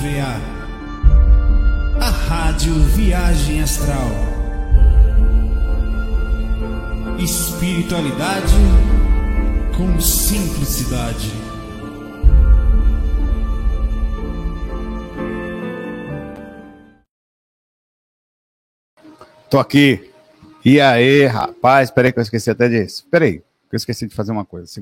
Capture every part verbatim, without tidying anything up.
V A, a Rádio Viagem Astral. Espiritualidade com simplicidade. Tô aqui. E aí, rapaz? Peraí que eu esqueci até disso. Peraí, que eu esqueci de fazer uma coisa.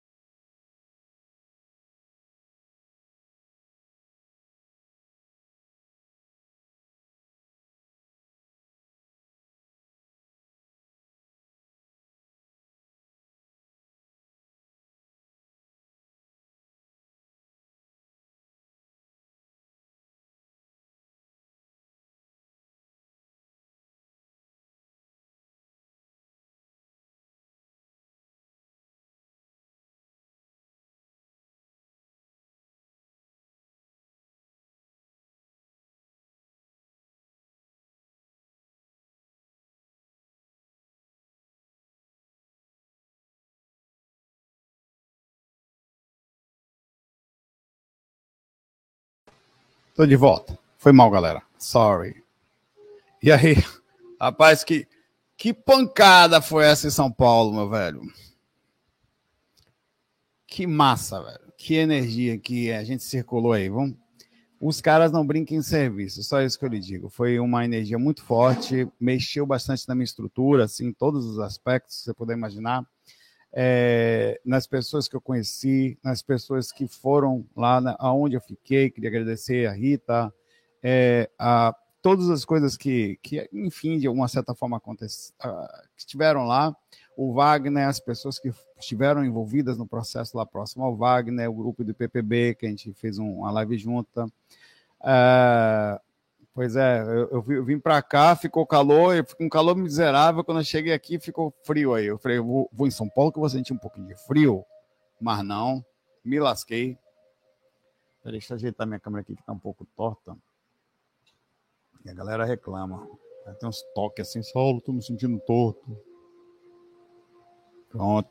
Tô de volta. Foi mal, galera. Sorry. E aí, rapaz, que, que pancada foi essa em São Paulo, meu velho? Que massa, velho. Que energia que a gente circulou aí. Vamos... Os caras não brincam em serviço, só isso que eu lhe digo. Foi uma energia muito forte, mexeu bastante na minha estrutura, assim, em todos os aspectos que você puder imaginar. É, nas pessoas que eu conheci, nas pessoas que foram lá na, aonde eu fiquei, queria agradecer a Rita, é, a todas as coisas que, que, enfim, de alguma certa forma aconteceram, que estiveram lá, o Wagner, as pessoas que estiveram envolvidas no processo lá próximo ao Wagner, o grupo do P P B, que a gente fez um, uma live junta. É, Pois é, eu, eu vim, vim para cá, ficou calor, eu fico um calor miserável, quando eu cheguei aqui ficou frio aí. Eu falei, eu vou, vou em São Paulo que eu vou sentir um pouquinho de frio, mas não, me lasquei. Peraí, deixa eu ajeitar minha câmera aqui que tá um pouco torta. E a galera reclama. Tem uns toques assim, Saulo, tô me sentindo torto. Pronto.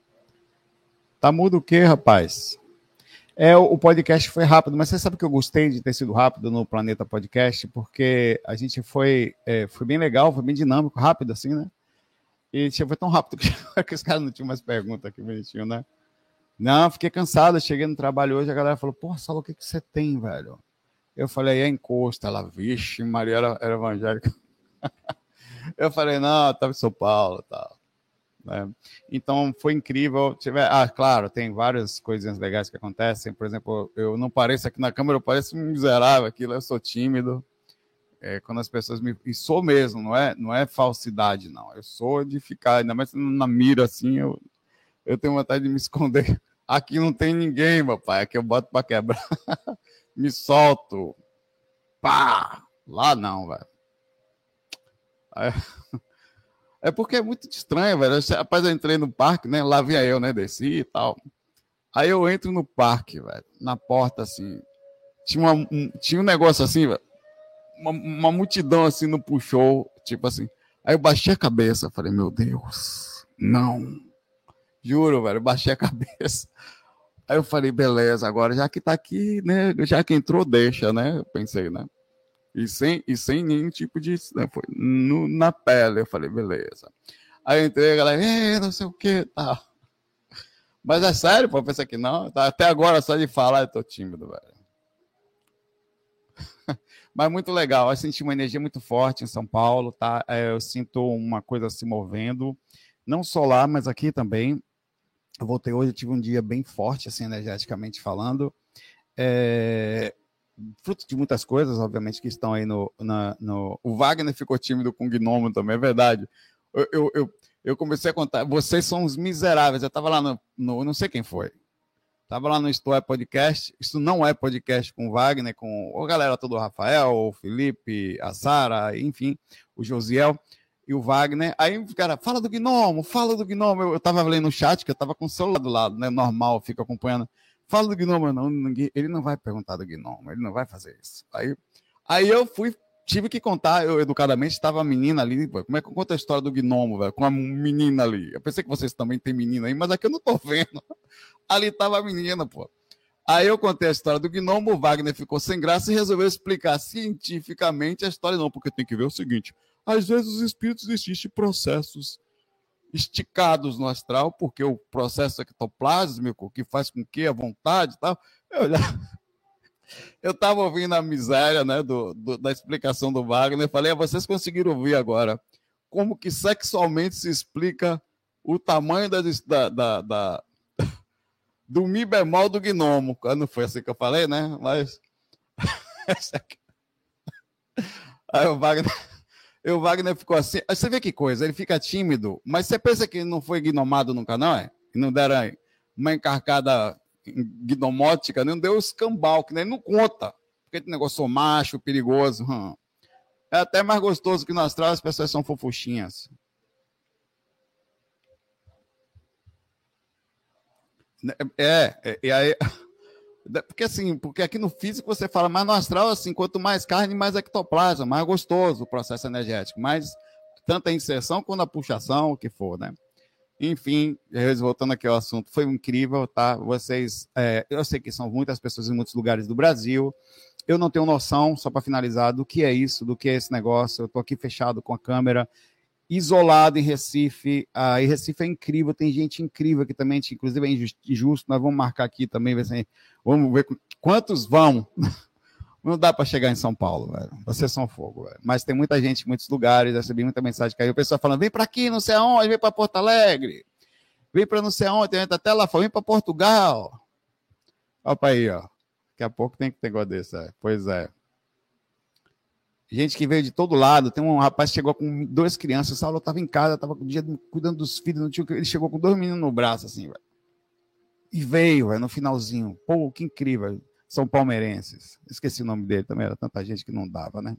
Tá mudo o quê, rapaz? É, o podcast foi rápido, mas você sabe que eu gostei de ter sido rápido no Planeta Podcast, porque a gente foi, é, foi bem legal, foi bem dinâmico, rápido assim, né? E foi tão rápido que, que os caras não tinham mais pergunta aqui, bonitinho, né? Não, fiquei cansado, cheguei no trabalho hoje, a galera falou, porra, Saulo, o que, que você tem, velho? Eu falei, é encosto. Ela, vixe, Maria era, era evangélica. Eu falei, não, eu tava em São Paulo e tal. Né? Então foi incrível. Tiver... Ah, claro, tem várias coisinhas legais que acontecem. Por exemplo, eu não pareço aqui na câmera, eu pareço um miserável aqui, eu sou tímido. É, quando as pessoas me. E sou mesmo, não é, não é falsidade, não. Eu sou de ficar, ainda mais na mira assim, eu, eu tenho vontade de me esconder. Aqui não tem ninguém, meu pai. Aqui eu boto para quebrar. Me solto. Pá! Lá não, velho. Aí... É porque é muito estranho, velho. Rapaz, eu entrei no parque, né? Lá vinha eu, né? Desci e tal. Aí eu entro no parque, velho. Na porta, assim. Tinha, uma, um, tinha um negócio assim, velho. Uma, uma multidão, assim, no puxou. Tipo assim. Aí eu baixei a cabeça. Falei, meu Deus. Não. Juro, velho. Eu baixei a cabeça. Aí eu falei, beleza. Agora, já que tá aqui, né? Já que entrou, deixa, né? Eu pensei, né? E sem, e sem nenhum tipo de... Né, foi no, na pele. Eu falei, beleza. Aí eu entrei, a galera, não sei o que, tá. Mas é sério, pô, eu pensei que não. Tá, até agora, só de falar, eu tô tímido, velho. Mas muito legal. Eu senti uma energia muito forte em São Paulo, tá? Eu sinto uma coisa se movendo. Não só lá, mas aqui também. Eu voltei hoje, eu tive um dia bem forte, assim, energeticamente falando. É... Fruto de muitas coisas, obviamente, que estão aí no, na, no... O Wagner ficou tímido com o Gnomo também, é verdade. Eu, eu, eu, eu comecei a contar, vocês são os miseráveis. Eu estava lá no, no... Não sei quem foi. Estava lá no Isto é Podcast. Isso não é podcast com o Wagner, com a galera toda, o Rafael, o Felipe, a Sara, enfim, o Josiel e o Wagner. Aí o cara, fala do Gnomo, fala do Gnomo. Eu estava lendo no chat, que eu estava com o celular do lado, né? Normal, fico acompanhando. Fala do Gnomo, não, ninguém, ele não vai perguntar do Gnomo, ele não vai fazer isso. Aí, aí eu fui, tive que contar, eu educadamente, estava a menina ali, como é que eu conto a história do Gnomo, velho, com a menina ali? Eu pensei que vocês também têm menina aí, mas aqui eu não tô vendo. Ali estava a menina, pô. Aí eu contei a história do gnomo, o Wagner ficou sem graça e resolveu explicar cientificamente a história. Não, porque tem que ver o seguinte, às vezes os espíritos existem processos esticados no astral, porque o processo ectoplásmico, que faz com que a vontade e tal... Eu estava ouvindo a miséria, né, do, do, da explicação do Wagner, falei, ah, vocês conseguiram ouvir agora como que sexualmente se explica o tamanho da, da, da, da do mi bemol do gnomo. Não foi assim que eu falei, né? Mas aí o Wagner, o Wagner ficou assim. Você vê que coisa, ele fica tímido, mas você pensa que não foi gnomado nunca, não é? E não deram uma encarcada gnomótica, não deu escambau, que nem não conta. Porque esse negócio macho, perigoso. Hum. É até mais gostoso que no astral, as pessoas são fofuchinhas. É, é, e aí... Porque assim, porque aqui no físico você fala, mas no astral, assim, quanto mais carne, mais ectoplasma, mais gostoso o processo energético, mais tanto a inserção quanto a puxação, o que for, né? Enfim, voltando aqui ao assunto, foi incrível, tá? Vocês, é, eu sei que são muitas pessoas em muitos lugares do Brasil, eu não tenho noção, só para finalizar, do que é isso, do que é esse negócio, eu tô aqui fechado com a câmera, isolado em Recife, ah, e Recife é incrível, tem gente incrível aqui também, inclusive é injusto, nós vamos marcar aqui também, ver se, vamos ver quantos vão. Não dá para chegar em São Paulo, velho. Vocês são fogo, velho. Mas tem muita gente em muitos lugares, recebi muita mensagem caiu, o pessoal falando, vem para aqui, não sei aonde, vem para Porto Alegre, vem para não sei aonde, até lá fora, vem para Portugal. Opa aí, ó. Daqui a pouco tem que ter negócio desse, é. Pois é. Gente que veio de todo lado, tem um rapaz que chegou com duas crianças, o Saulo estava em casa, estava cuidando dos filhos, não tinha, ele chegou com dois meninos no braço, assim, velho. E veio, velho, no finalzinho. Pô, que incrível. São palmeirenses. Esqueci o nome dele também, era tanta gente que não dava, né?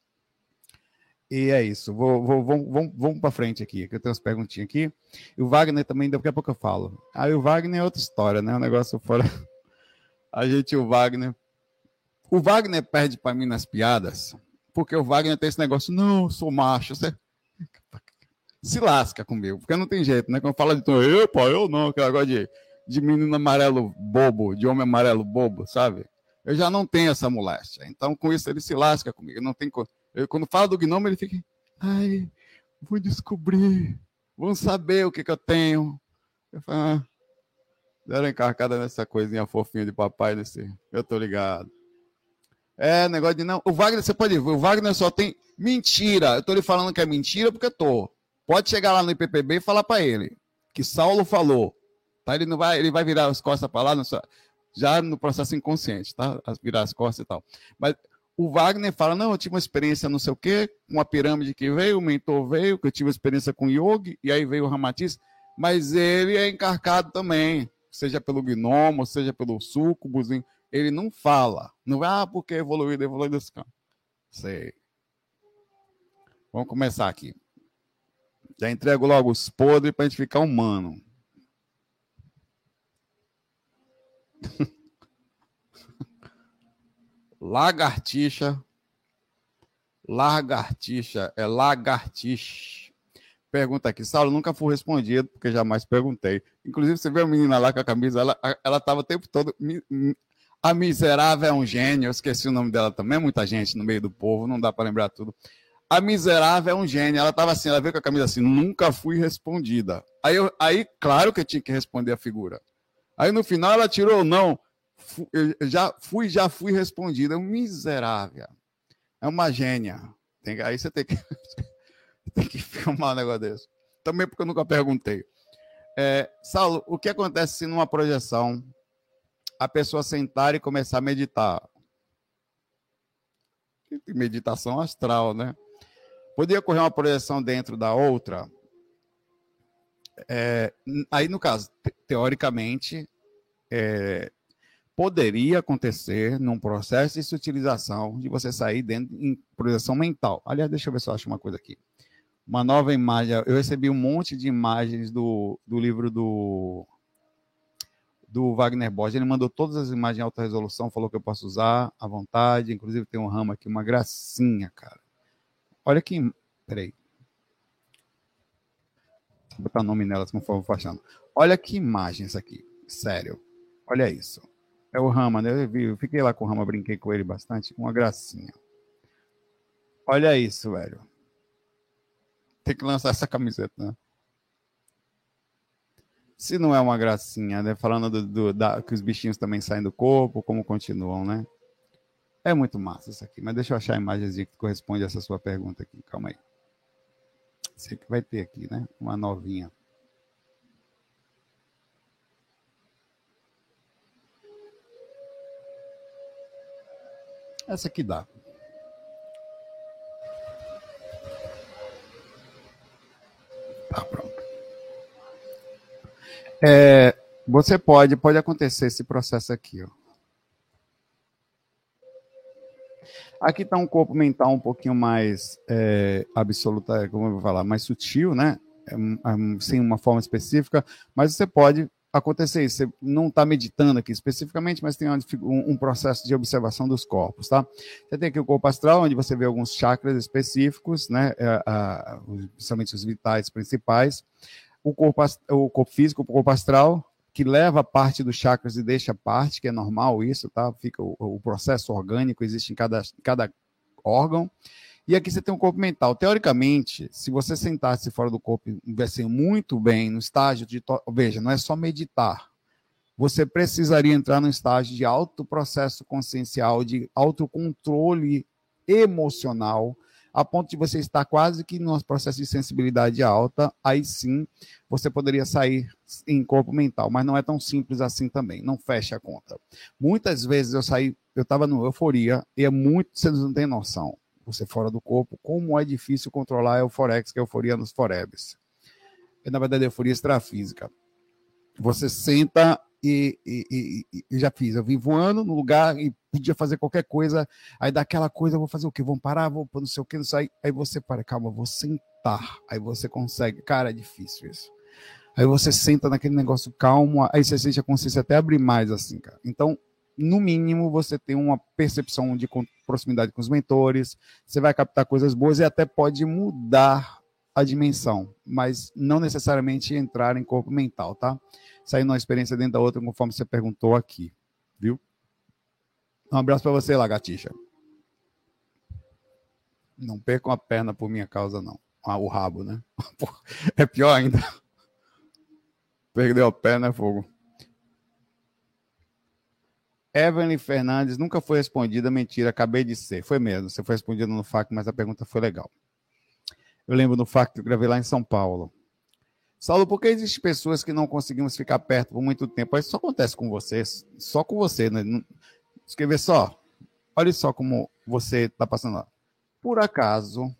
E é isso. Vou, vou, vamos vamos, vamos para frente aqui, que eu tenho umas perguntinhas aqui. E o Wagner também, daqui a pouco eu falo. Aí o Wagner é outra história, né? O negócio fora. A gente, o Wagner. O Wagner perde para mim nas piadas, porque o Wagner tem esse negócio, não, eu sou macho. Você se lasca comigo, porque não tem jeito, né? Quando fala de tom, eu, pô, eu não, aquele negócio de. de menino amarelo bobo, de homem amarelo bobo, sabe? Eu já não tenho essa moléstia. Então, com isso, ele se lasca comigo. Não tem co... eu, quando falo do gnomo, ele fica... Ai, vou descobrir. Vão saber o que, que eu tenho. Eu falo... Ah, deram encarcada nessa coisinha fofinha de papai desse... Eu tô ligado. É, negócio de não... O Wagner, você pode ver, o Wagner só tem... Mentira! Eu tô lhe falando que é mentira porque eu tô. Pode chegar lá no I P P B e falar para ele que Saulo falou. Tá? Ele não vai, ele vai virar as costas para lá, no, já no processo inconsciente, tá? Virar as costas e tal. Mas o Wagner fala, não, eu tive uma experiência não sei o quê, uma pirâmide que veio, o mentor veio, que eu tive uma experiência com yogi, e aí veio o Ramatiz, mas ele é encarcado também, seja pelo gnomo, seja pelo súcubus, ele não fala. Não vai, ah, porque evoluído, evoluído desse campo. Sei. Vamos começar aqui. Já entrego logo os podres para a gente ficar humano. Lagartixa. Lagartixa. É lagartixa. Pergunta aqui. Saulo, nunca fui respondido, porque jamais perguntei. Inclusive, você vê a menina lá com a camisa, ela, ela tava o tempo todo... A miserável é um gênio. Eu esqueci o nome dela também. Muita gente no meio do povo, não dá para lembrar tudo. A miserável é um gênio. Ela tava assim, ela veio com a camisa assim, nunca fui respondida. Aí, eu, aí claro que eu tinha que responder a figura. Aí no final ela tirou não. Eu já fui, já fui respondida. Miserável. É uma gênia. Tem, aí você tem que, tem que filmar um negócio desse. Também porque eu nunca perguntei. É, Saulo, o que acontece se numa projeção a pessoa sentar e começar a meditar? Meditação astral, né? Poderia ocorrer uma projeção dentro da outra? É, aí, no caso, te, teoricamente, é, poderia acontecer num processo de sutilização de você sair dentro em projeção mental. Aliás, deixa eu ver se eu acho uma coisa aqui. Uma nova imagem. Eu recebi um monte de imagens do, do livro do, do Wagner Borges. Ele mandou todas as imagens em alta resolução, falou que eu posso usar à vontade. Inclusive, tem um ramo aqui, uma gracinha, cara. Olha que... Peraí. Vou botar nome nelas conforme eu vou achando. Olha que imagem essa aqui. Sério. Olha isso. É o Rama, né? Eu, vi, eu fiquei lá com o Rama, brinquei com ele bastante, uma gracinha. Olha isso, velho. Tem que lançar essa camiseta, né? Se não é uma gracinha, né? Falando do, do, da, que os bichinhos também saem do corpo, como continuam, né? É muito massa isso aqui, mas deixa eu achar a imagem que corresponde a essa sua pergunta aqui. Calma aí. Sei que vai ter aqui, né? Uma novinha. Essa aqui dá. Tá, pronto. É, você pode, pode acontecer esse processo aqui, ó. Aqui está um corpo mental um pouquinho mais é, absoluta, como eu vou falar, mais sutil, né? É, é, sem uma forma específica, mas você pode acontecer isso. Você não está meditando aqui especificamente, mas tem um, um processo de observação dos corpos, tá? Você tem aqui o corpo astral, onde você vê alguns chakras específicos, né? É, a, principalmente os vitais principais. O corpo, o corpo físico, o corpo astral, que leva parte dos chakras e deixa parte, que é normal isso, tá? Fica o, o processo orgânico, existe em cada, cada órgão. E aqui você tem um corpo mental. Teoricamente, se você sentar-se fora do corpo e estivesse muito bem no estágio de... Veja, não é só meditar. Você precisaria entrar no estágio de alto processo consciencial, de autocontrole emocional, a ponto de você estar quase que num processo de sensibilidade alta, aí sim você poderia sair em corpo mental, mas não é tão simples assim também, não fecha a conta. Muitas vezes eu saí, eu estava no euforia, e é muito, vocês não têm noção, você fora do corpo, como é difícil controlar a euforex, que é a euforia nos forebs. É, na verdade, a euforia extrafísica. Você senta e, e, e, e já fiz, eu vim voando no lugar e podia fazer qualquer coisa, aí daquela coisa, eu vou fazer o quê? Vamos parar, vou não sei o quê, não sei, aí você para, calma, vou sentar, aí você consegue, cara, é difícil isso. Aí você senta naquele negócio calmo, aí você sente a consciência até abrir mais assim, cara. Então, no mínimo, você tem uma percepção de proximidade com os mentores, você vai captar coisas boas e até pode mudar a dimensão, mas não necessariamente entrar em corpo mental, tá? Sair numa experiência dentro da outra, conforme você perguntou aqui, viu? Um abraço para você, lagartixa. Não percam a perna por minha causa, não. Ah, o rabo, né? É pior ainda. Perdeu a perna, é fogo. Evelyn Fernandes nunca foi respondida, mentira, acabei de ser. Foi mesmo, você foi respondida no F A Q, mas a pergunta foi legal. Eu lembro no F A Q que eu gravei lá em São Paulo. Saulo, por que existem pessoas que não conseguimos ficar perto por muito tempo? Isso só acontece com você, só com você, né? Escrever só. Olha só como você está passando lá. Por acaso,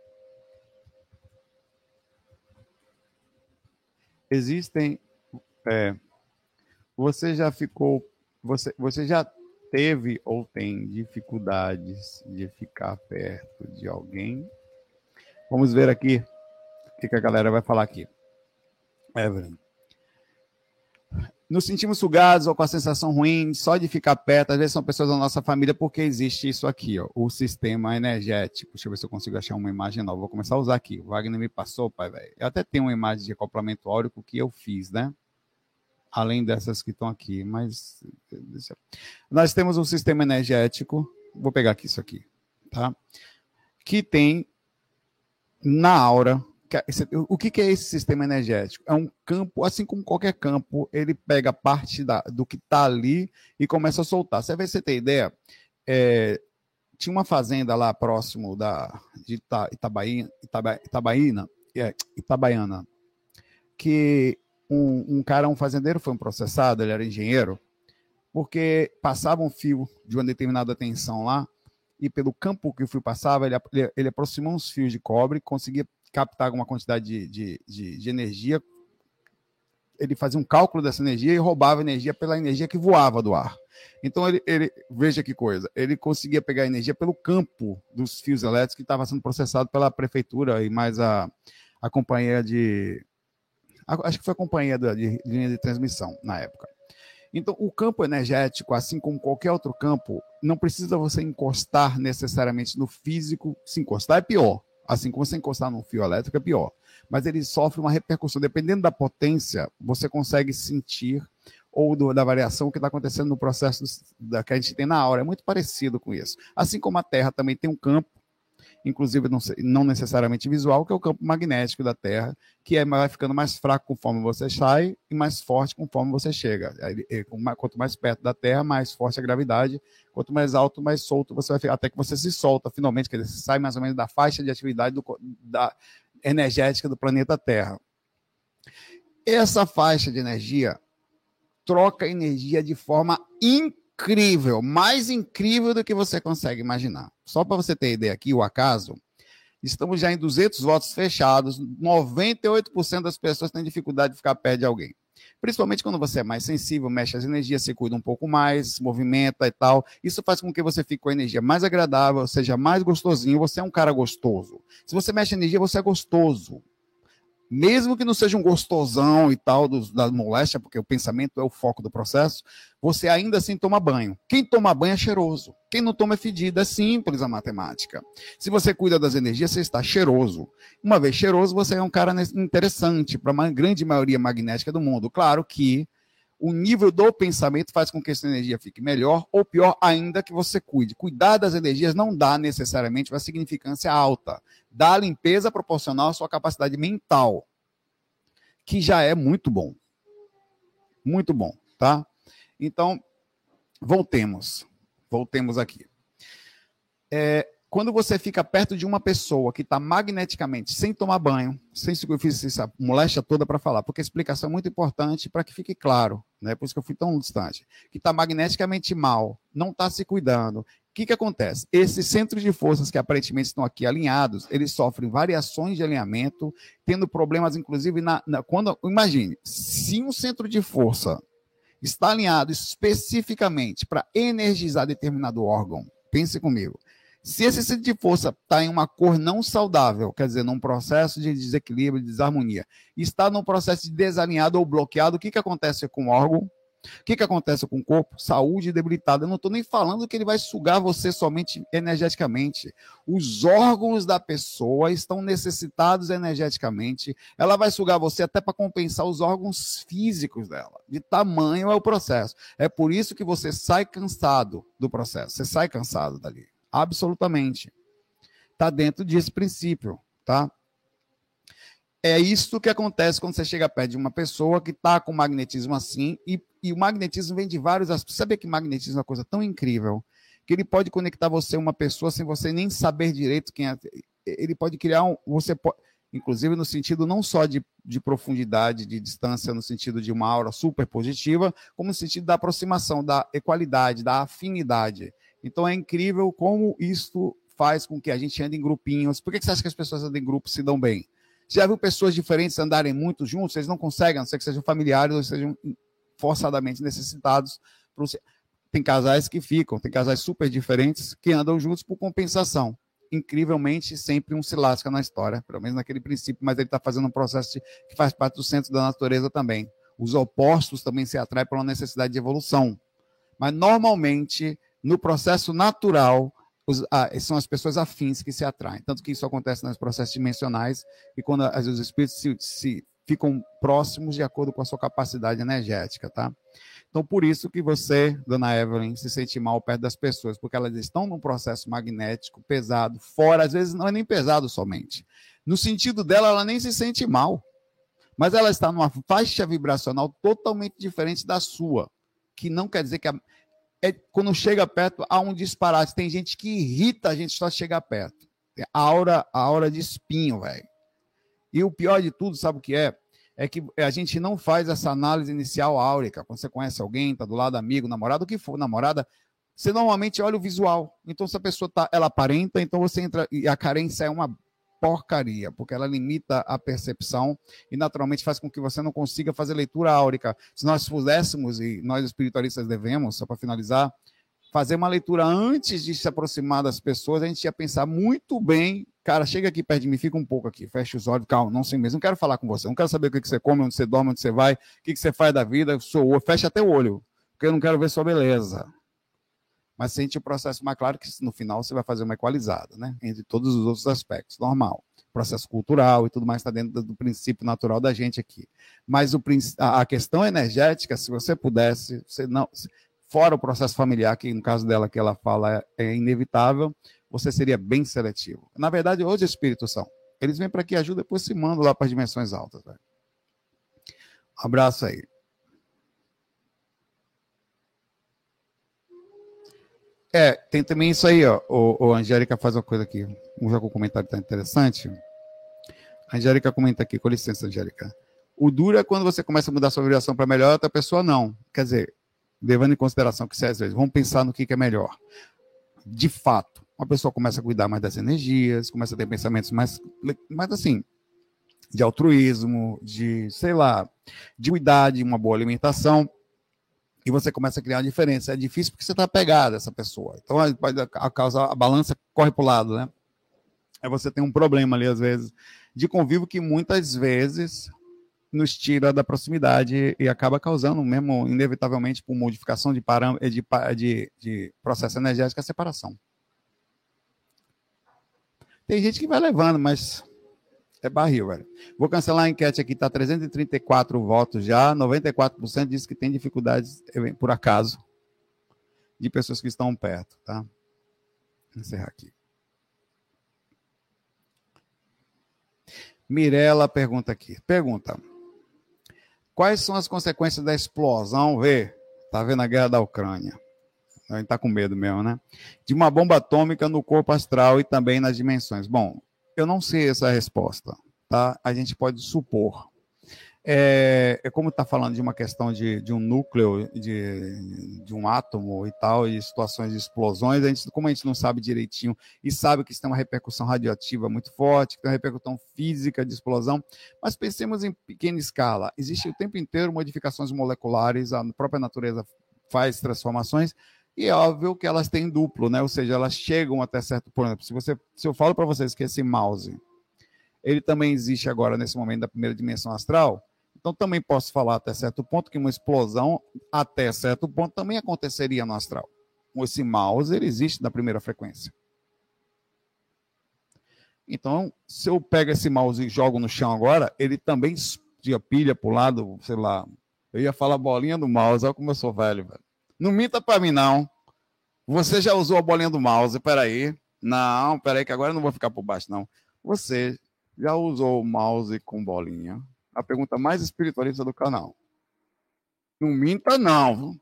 existem... É, você já ficou... Você, você já teve ou tem dificuldades de ficar perto de alguém? Vamos ver aqui o que, que a galera vai falar aqui. Evelyn. Nos sentimos sugados ou com a sensação ruim só de ficar perto. Às vezes são pessoas da nossa família porque existe isso aqui, ó, o sistema energético. Deixa eu ver se eu consigo achar uma imagem nova. Vou começar a usar aqui. O Wagner me passou, pai, velho. Eu até tenho uma imagem de acoplamento áurico que eu fiz, né? Além dessas que estão aqui, mas nós temos um sistema energético, vou pegar aqui isso aqui, tá? Que tem na aura, o que é esse sistema energético? É um campo, assim como qualquer campo, ele pega parte da, do que está ali e começa a soltar. Você vai ter ideia, é, tinha uma fazenda lá próximo da, de Ita, Itabaína, Itaba, Itabaína, é, Itabaiana, que Um, um cara, um fazendeiro, foi um processado, ele era engenheiro, porque passava um fio de uma determinada tensão lá, e pelo campo que o fio passava, ele, ele, ele aproximou uns fios de cobre, conseguia captar alguma quantidade de, de, de, de energia, ele fazia um cálculo dessa energia e roubava energia pela energia que voava do ar. Então, ele, ele veja que coisa, ele conseguia pegar energia pelo campo dos fios elétricos que estava sendo processado pela prefeitura e mais a, a companhia de... Acho que foi a companhia de linha de transmissão na época. Então, o campo energético, assim como qualquer outro campo, não precisa você encostar necessariamente no físico. Se encostar é pior. Assim como você encostar num fio elétrico é pior. Mas ele sofre uma repercussão. Dependendo da potência, você consegue sentir ou do, da variação que está acontecendo no processo da, que a gente tem na aura. É muito parecido com isso. Assim como a Terra também tem um campo, inclusive não, não necessariamente visual, que é o campo magnético da Terra, que é, vai ficando mais fraco conforme você sai e mais forte conforme você chega. Quanto mais perto da Terra, mais forte a gravidade, quanto mais alto, mais solto você vai ficar, até que você se solta finalmente, quer dizer, você sai mais ou menos da faixa de atividade do, da energética do planeta Terra. Essa faixa de energia troca energia de forma incrível, mais incrível do que você consegue imaginar. Só para você ter ideia aqui, o acaso, estamos já em duzentos votos fechados, noventa e oito por cento das pessoas têm dificuldade de ficar perto de alguém. Principalmente quando você é mais sensível, mexe as energias, se cuida um pouco mais, se movimenta e tal. Isso faz com que você fique com a energia mais agradável, seja mais gostosinho, você é um cara gostoso. Se você mexe a energia, você é gostoso. Mesmo que não seja um gostosão e tal do, da moléstia, porque o pensamento é o foco do processo, você ainda assim toma banho. Quem toma banho é cheiroso. Quem não toma é fedido. É simples a matemática. Se você cuida das energias, você está cheiroso. Uma vez cheiroso, você é um cara interessante para a grande maioria magnética do mundo. Claro que o nível do pensamento faz com que essa energia fique melhor ou pior ainda que você cuide. Cuidar das energias não dá necessariamente uma significância alta. Dá limpeza proporcional à sua capacidade mental, que já é muito bom. Muito bom, tá? Então, voltemos. Voltemos aqui. É, quando você fica perto de uma pessoa que está magneticamente sem tomar banho, sem se eu fiz essa moléstia toda para falar, porque a explicação é muito importante para que fique claro, né? Por isso que eu fui tão distante. Que está magneticamente mal, não está se cuidando. O que, que acontece? Esses centros de forças que aparentemente estão aqui alinhados, eles sofrem variações de alinhamento, tendo problemas, inclusive, na, na, quando. Imagine, se um centro de força está alinhado especificamente para energizar determinado órgão, pense comigo. Se esse centro de força está em uma cor não saudável, quer dizer, num processo de desequilíbrio, de desarmonia, está num processo de desalinhado ou bloqueado, o que, que acontece com o órgão? O que, que acontece com o corpo? Saúde debilitada. Eu não estou nem falando que ele vai sugar você somente energeticamente. Os órgãos da pessoa estão necessitados energeticamente. Ela vai sugar você até para compensar os órgãos físicos dela. De tamanho é o processo. É por isso que você sai cansado do processo. Você sai cansado dali. Absolutamente. Está dentro desse princípio, tá? É isso que acontece quando você chega perto de uma pessoa que está com magnetismo assim, e, e o magnetismo vem de vários aspectos. Sabe que magnetismo é uma coisa tão incrível, que ele pode conectar você a uma pessoa sem você nem saber direito quem é. Ele pode criar um... Você pode, inclusive no sentido não só de, de profundidade, de distância, no sentido de uma aura super positiva, como no sentido da aproximação, da equalidade, da afinidade. Então é incrível como isso faz com que a gente ande em grupinhos. Por que você acha que as pessoas andam em grupos e se dão bem? Você já viu pessoas diferentes andarem muito juntos? Eles não conseguem, a não ser que sejam familiares ou sejam forçadamente necessitados. Tem casais que ficam, tem casais super diferentes que andam juntos por compensação. Incrivelmente, sempre um se lasca na história, pelo menos naquele princípio, mas ele está fazendo um processo de, que faz parte do centro da natureza também. Os opostos também se atraem por uma necessidade de evolução. Mas, normalmente, no processo natural, os, ah, são as pessoas afins que se atraem. Tanto que isso acontece nos processos dimensionais, e quando as, os espíritos se, se ficam próximos de acordo com a sua capacidade energética, tá? Então, por isso que você, dona Evelyn, se sente mal perto das pessoas, porque elas estão num processo magnético pesado, fora, às vezes não é nem pesado somente. No sentido dela, ela nem se sente mal, mas ela está numa faixa vibracional totalmente diferente da sua, que não quer dizer que a É, quando chega perto, há um disparate. Tem gente que irrita a gente só chegar perto. A aura, a aura de espinho, velho. E o pior de tudo, sabe o que é? É que a gente não faz essa análise inicial áurica. Quando você conhece alguém, tá do lado, amigo, namorado, o que for, namorada, você normalmente olha o visual. Então, se a pessoa tá, ela aparenta, então você entra, e a carência é uma porcaria, porque ela limita a percepção e naturalmente faz com que você não consiga fazer leitura áurica. Se nós pudéssemos, e nós espiritualistas devemos, só para finalizar, fazer uma leitura antes de se aproximar das pessoas, a gente ia pensar muito bem, cara, chega aqui perto de mim, fica um pouco aqui, fecha os olhos, calma, não sei mesmo, não quero falar com você, não quero saber o que você come, onde você dorme, onde você vai, o que você faz da vida, sou, fecha até o olho, porque eu não quero ver sua beleza. Mas sente o processo mais claro que no final você vai fazer uma equalizada, né? Entre todos os outros aspectos, normal. processo cultural e tudo mais está dentro do princípio natural da gente aqui. Mas o, a questão energética, se você pudesse, você não, fora o processo familiar, que no caso dela que ela fala é, é inevitável, você seria bem seletivo. Na verdade, hoje espíritos são. Eles vêm para aqui, ajudam, depois se mandam lá para as dimensões altas. Velho. Um abraço aí. É, tem também isso aí, ó. O, o Angélica faz uma coisa aqui. Vamos ver com o comentário tá interessante. A Angélica comenta aqui, com licença, Angélica. O duro é quando você começa a mudar sua vibração para melhor, outra pessoa não. Quer dizer, levando em consideração que, às vezes, vamos pensar no que, que é melhor. De fato, uma pessoa começa a cuidar mais das energias, começa a ter pensamentos mais, mais assim, de altruísmo, de, sei lá, de cuidar de uma boa alimentação. E você começa a criar uma diferença. É difícil porque você está apegado a essa pessoa. Então, a, causa, a balança corre para o lado, né? Aí você tem um problema ali, às vezes, de convívio que muitas vezes nos tira da proximidade e acaba causando mesmo, inevitavelmente, por modificação de, param- de, de, de processo energético, a separação. Tem gente que vai levando, mas é barril, velho. Vou cancelar a enquete aqui, tá trezentos e trinta e quatro votos já, noventa e quatro por cento diz que tem dificuldades, por acaso, de pessoas que estão perto, tá? Vou encerrar aqui. Mirela pergunta aqui. Pergunta. Quais são as consequências da explosão? Vê, tá vendo a guerra da Ucrânia. A gente tá com medo mesmo, né? De uma bomba atômica no corpo astral e também nas dimensões. Bom, eu não sei essa resposta, tá? A gente pode supor. É, é como está falando de uma questão de, de um núcleo, de, de um átomo e tal, e situações de explosões, a gente, como a gente não sabe direitinho e sabe que isso tem uma repercussão radioativa muito forte, que tem uma repercussão física de explosão, mas pensemos em pequena escala. Existe o tempo inteiro modificações moleculares, a própria natureza faz transformações, e é óbvio que elas têm duplo, né? Ou seja, elas chegam até certo ponto. Se, você, se eu falo para vocês que esse mouse, ele também existe agora nesse momento da primeira dimensão astral, então também posso falar até certo ponto que uma explosão até certo ponto também aconteceria no astral. Esse mouse, ele existe na primeira frequência. Então, se eu pego esse mouse e jogo no chão agora, ele também de pilha para o lado, sei lá, eu ia falar bolinha do mouse, olha como eu sou velho, velho. Não minta para mim, não. Você já usou a bolinha do mouse, peraí. Não, peraí, que agora eu não vou ficar por baixo, não. Você já usou o mouse com bolinha? A pergunta mais espiritualista do canal. Não minta, não.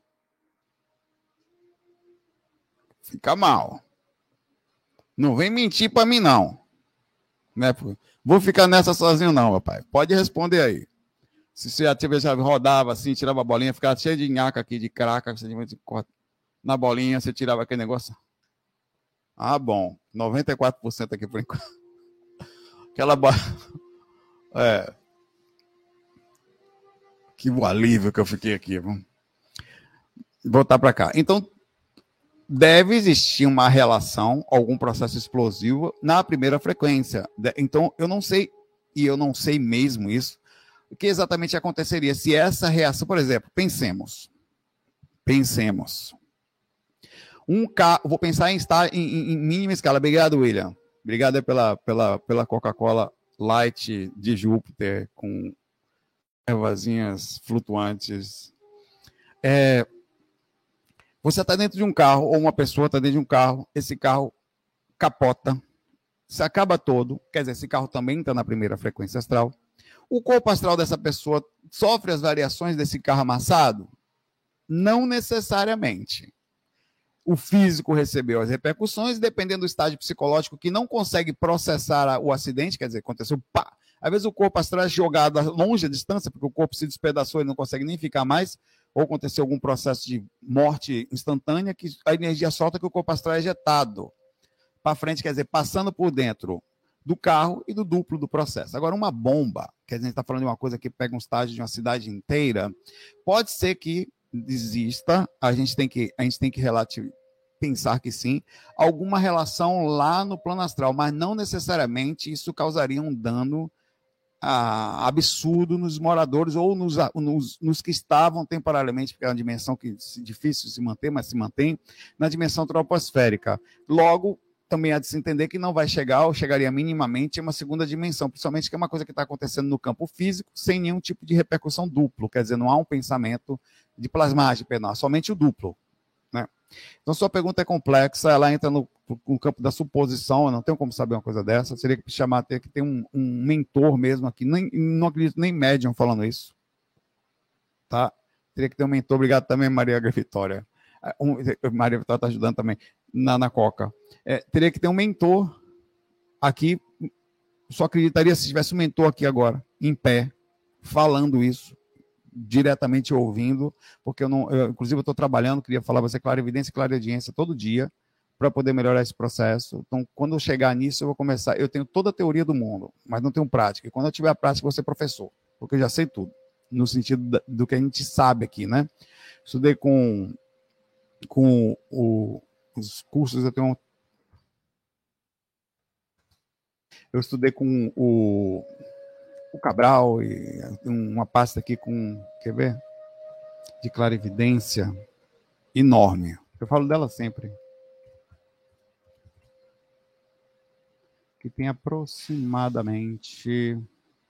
Fica mal. Não vem mentir para mim, não. Né? Vou ficar nessa sozinho, não, papai. Pode responder aí. Se você já, já rodava assim, tirava a bolinha, ficava cheio de nhaca aqui, de craca, você na bolinha, você tirava aquele negócio. Ah, bom. noventa e quatro por cento aqui por enquanto. Aquela bola. É. Que alívio que eu fiquei aqui. Vamos voltar para cá. Então, deve existir uma relação, algum processo explosivo na primeira frequência. Então, eu não sei, e eu não sei mesmo isso, o que exatamente aconteceria se essa reação, por exemplo, pensemos, pensemos, um carro, vou pensar em estar em, em, em mínima escala. Obrigado, William. Obrigado pela, pela, pela Coca-Cola Light de Júpiter, com ervazinhas flutuantes. É, você está dentro de um carro, ou uma pessoa está dentro de um carro, esse carro capota, se acaba todo, quer dizer, esse carro também está na primeira frequência astral. O corpo astral dessa pessoa sofre as variações desse carro amassado? Não necessariamente. O físico recebeu as repercussões, dependendo do estágio psicológico que não consegue processar o acidente, quer dizer, aconteceu, pá, às vezes o corpo astral é jogado longe a distância, porque o corpo se despedaçou e não consegue nem ficar mais, ou aconteceu algum processo de morte instantânea, que a energia solta que o corpo astral é ejetado para frente, quer dizer, passando por dentro do carro e do duplo do processo. Agora, uma bomba, que a gente está falando de uma coisa que pega um estágio de uma cidade inteira, pode ser que exista, a gente tem que, a gente tem que relativ... pensar que sim, alguma relação lá no plano astral, mas não necessariamente isso causaria um dano ah, absurdo nos moradores ou nos, nos, nos que estavam temporariamente, porque é uma dimensão que é difícil se manter, mas se mantém, na dimensão troposférica. Logo, também há de se entender que não vai chegar, ou chegaria minimamente, a uma segunda dimensão, principalmente que é uma coisa que está acontecendo no campo físico, sem nenhum tipo de repercussão duplo, quer dizer, não há um pensamento de plasmagem penal, somente o duplo. Né? Então, sua pergunta é complexa, ela entra no, no campo da suposição, eu não tenho como saber uma coisa dessa, seria que chamar, ter que ter um, um mentor mesmo aqui, nem, não acredito nem médium falando isso. Tá? Teria que ter um mentor, obrigado também, Maria Vitória. Um, Maria Vitória está ajudando também na, na Coca. É, teria que ter um mentor aqui, só acreditaria se tivesse um mentor aqui agora, em pé, falando isso, diretamente ouvindo, porque eu não, eu, inclusive eu estou trabalhando, queria falar para você, clarividência e clareaudiência todo dia, para poder melhorar esse processo. Então, quando eu chegar nisso, eu vou começar, eu tenho toda a teoria do mundo, mas não tenho prática, e quando eu tiver a prática, eu vou ser professor, porque eu já sei tudo, no sentido da, do que a gente sabe aqui, né? Estudei com, com o, os cursos, eu tenho eu estudei com o o Cabral, e uma pasta aqui com, quer ver? De clarividência enorme. Eu falo dela sempre. Que tem aproximadamente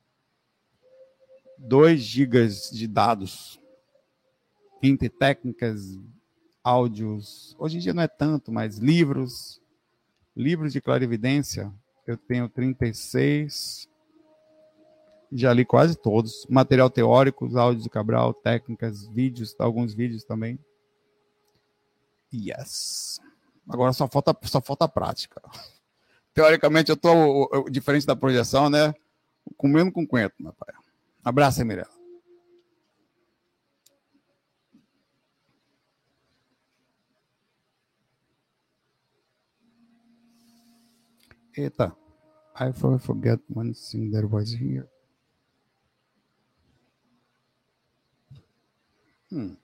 dois gigas de dados entre técnicas, áudios. Hoje em dia não é tanto, mas livros, livros de clarividência, eu tenho trinta e seis. Já li quase todos. Material teórico, áudios de Cabral, técnicas, vídeos, alguns vídeos também. Yes. Agora só falta, só falta prática. Teoricamente, eu estou, diferente da projeção, né? Comendo com coentro, meu pai. Abraço aí, Mirella. Eita. I forget one thing that was here. Hum.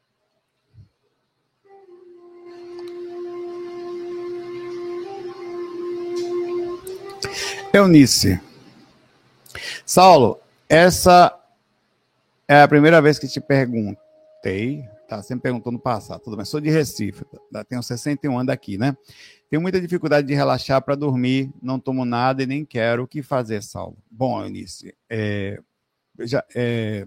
Eunice. Saulo, essa é a primeira vez que te perguntei, tá? Você me perguntou no passado, tudo bem. Sou de Recife, tá? Tenho sessenta e um anos aqui, né? Tenho muita dificuldade de relaxar para dormir, não tomo nada e nem quero. O que fazer, Saulo? Bom, Eunice, é, já, é...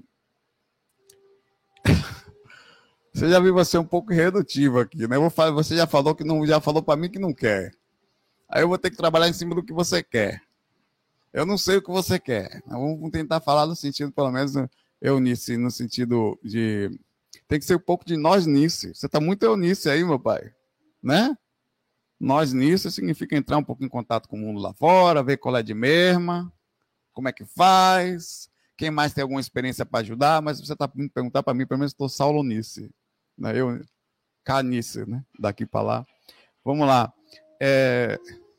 você já viu você um pouco irredutível aqui, né? Eu vou falar, você já falou que não, já falou para mim que não quer. Aí eu vou ter que trabalhar em cima do que você quer. Eu não sei o que você quer. Vamos tentar falar no sentido, pelo menos, Eunice, no sentido de... Tem que ser um pouco de nós nisso. Você está muito Eunice aí, meu pai. Né? Nós nisso significa entrar um pouco em contato com o mundo lá fora, ver qual é de mesma, como é que faz, quem mais tem alguma experiência para ajudar, mas você está me perguntar para mim, pelo menos estou Saulo Nice. Né? Eu, Canice, né? Daqui para lá. Vamos lá. É...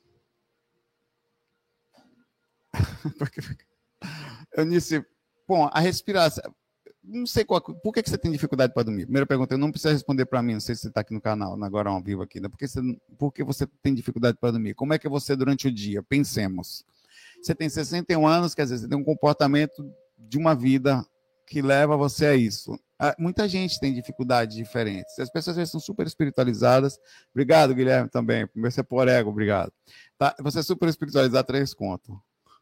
Eunice, bom, a respiração, não sei qual, por que você tem dificuldade para dormir? Primeira pergunta, eu não precisa responder para mim, não sei se você está aqui no canal, agora ao vivo aqui, né? Por que você, por que você tem dificuldade para dormir? Como é que é você durante o dia? Pensemos. Você tem sessenta e um anos, quer dizer, você tem um comportamento de uma vida que leva você a isso. Muita gente tem dificuldades diferentes. As pessoas às vezes são super espiritualizadas. Obrigado, Guilherme, também. Você é por ego, obrigado. Tá? Você é super espiritualizado, três contos.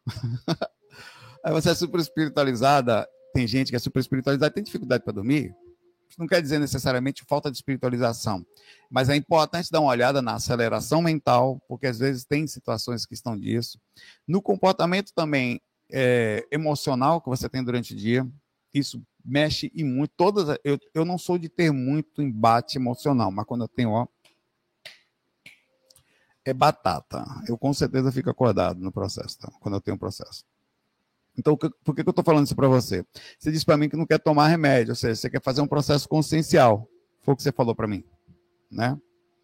Aí você é super espiritualizada, tem gente que é super espiritualizada, tem dificuldade para dormir. Isso não quer dizer necessariamente falta de espiritualização, mas é importante dar uma olhada na aceleração mental, porque às vezes tem situações que estão disso. No comportamento também é, emocional que você tem durante o dia, isso mexe e muito. Todas, eu, eu não sou de ter muito embate emocional, mas quando eu tenho, ó, é batata. Eu com certeza fico acordado no processo, tá? Quando eu tenho um processo. Então, por que eu estou falando isso para você? Você disse para mim que não quer tomar remédio, ou seja, você quer fazer um processo consciencial. Foi o que você falou para mim, né?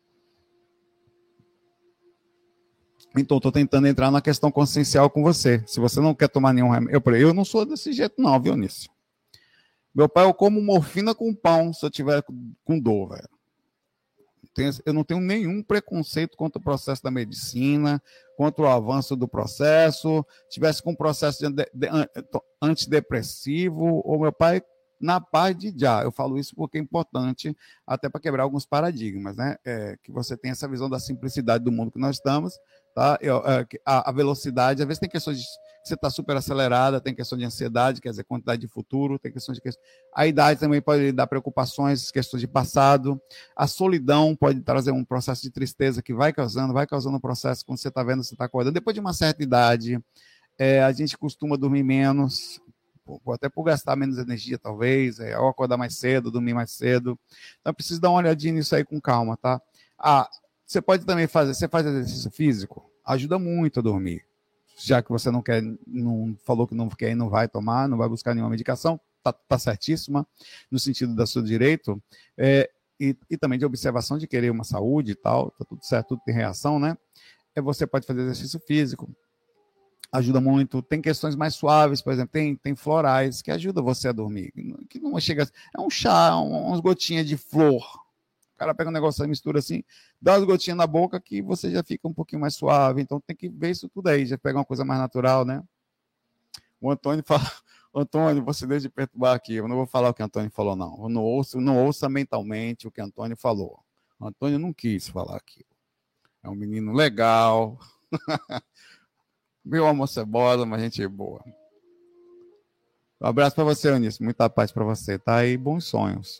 Então, estou tentando entrar na questão consciencial com você. Se você não quer tomar nenhum remédio... Eu, eu não sou desse jeito não, viu, Nício? Meu pai, eu como morfina com pão se eu tiver com dor, velho. Eu não tenho nenhum preconceito contra o processo da medicina, contra o avanço do processo. Se tivesse com um processo de, de, de, antidepressivo, ou meu pai na paz de já. Eu falo isso porque é importante, até para quebrar alguns paradigmas, né? É, que você tem essa visão da simplicidade do mundo que nós estamos, tá? Eu, é, a, a velocidade, às vezes tem questões de você está super acelerada, tem questão de ansiedade, quer dizer, quantidade de futuro, tem questão de a idade também pode dar preocupações, questões de passado, a solidão pode trazer um processo de tristeza que vai causando, vai causando um processo quando você está vendo, você está acordando. Depois de uma certa idade, é, a gente costuma dormir menos, até por gastar menos energia, talvez, é, ou acordar mais cedo, dormir mais cedo. Então, preciso dar uma olhadinha nisso aí com calma, tá? Ah, você pode também fazer, você faz exercício físico, ajuda muito a dormir. Já que você não quer, não falou que não quer e não vai tomar, não vai buscar nenhuma medicação, tá, tá certíssima, no sentido do seu direito, é, e, e também de observação de querer uma saúde e tal, tá tudo certo, tudo tem reação, né? É, você pode fazer exercício físico, ajuda muito. Tem questões mais suaves, por exemplo, tem, tem florais que ajudam você a dormir, que não chega, é um chá, um, umas gotinhas de flor. O cara pega um negócio, mistura assim, dá umas gotinhas na boca que você já fica um pouquinho mais suave. Então tem que ver isso tudo aí, já pega uma coisa mais natural, né? O Antônio fala, Antônio, você deixa de perturbar aqui, eu não vou falar o que o Antônio falou, não. Eu não ouço, não ouça mentalmente o que o Antônio falou. O Antônio não quis falar aquilo. É um menino legal, meu amor cebola, mas gente boa. Um abraço para você, Eunice, muita paz para você, tá? E bons sonhos.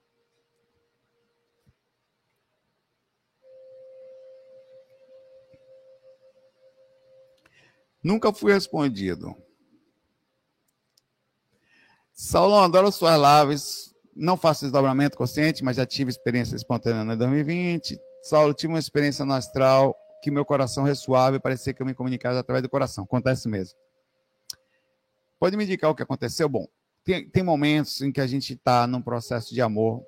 Nunca fui respondido. Saulão, adoro suas lives. Não faço desdobramento consciente, mas já tive experiência espontânea em dois mil e vinte. Saulo, tive uma experiência no astral que meu coração ressoava e parecia que eu me comunicava através do coração. Acontece mesmo. Pode me indicar o que aconteceu? Bom, tem, tem momentos em que a gente está num processo de amor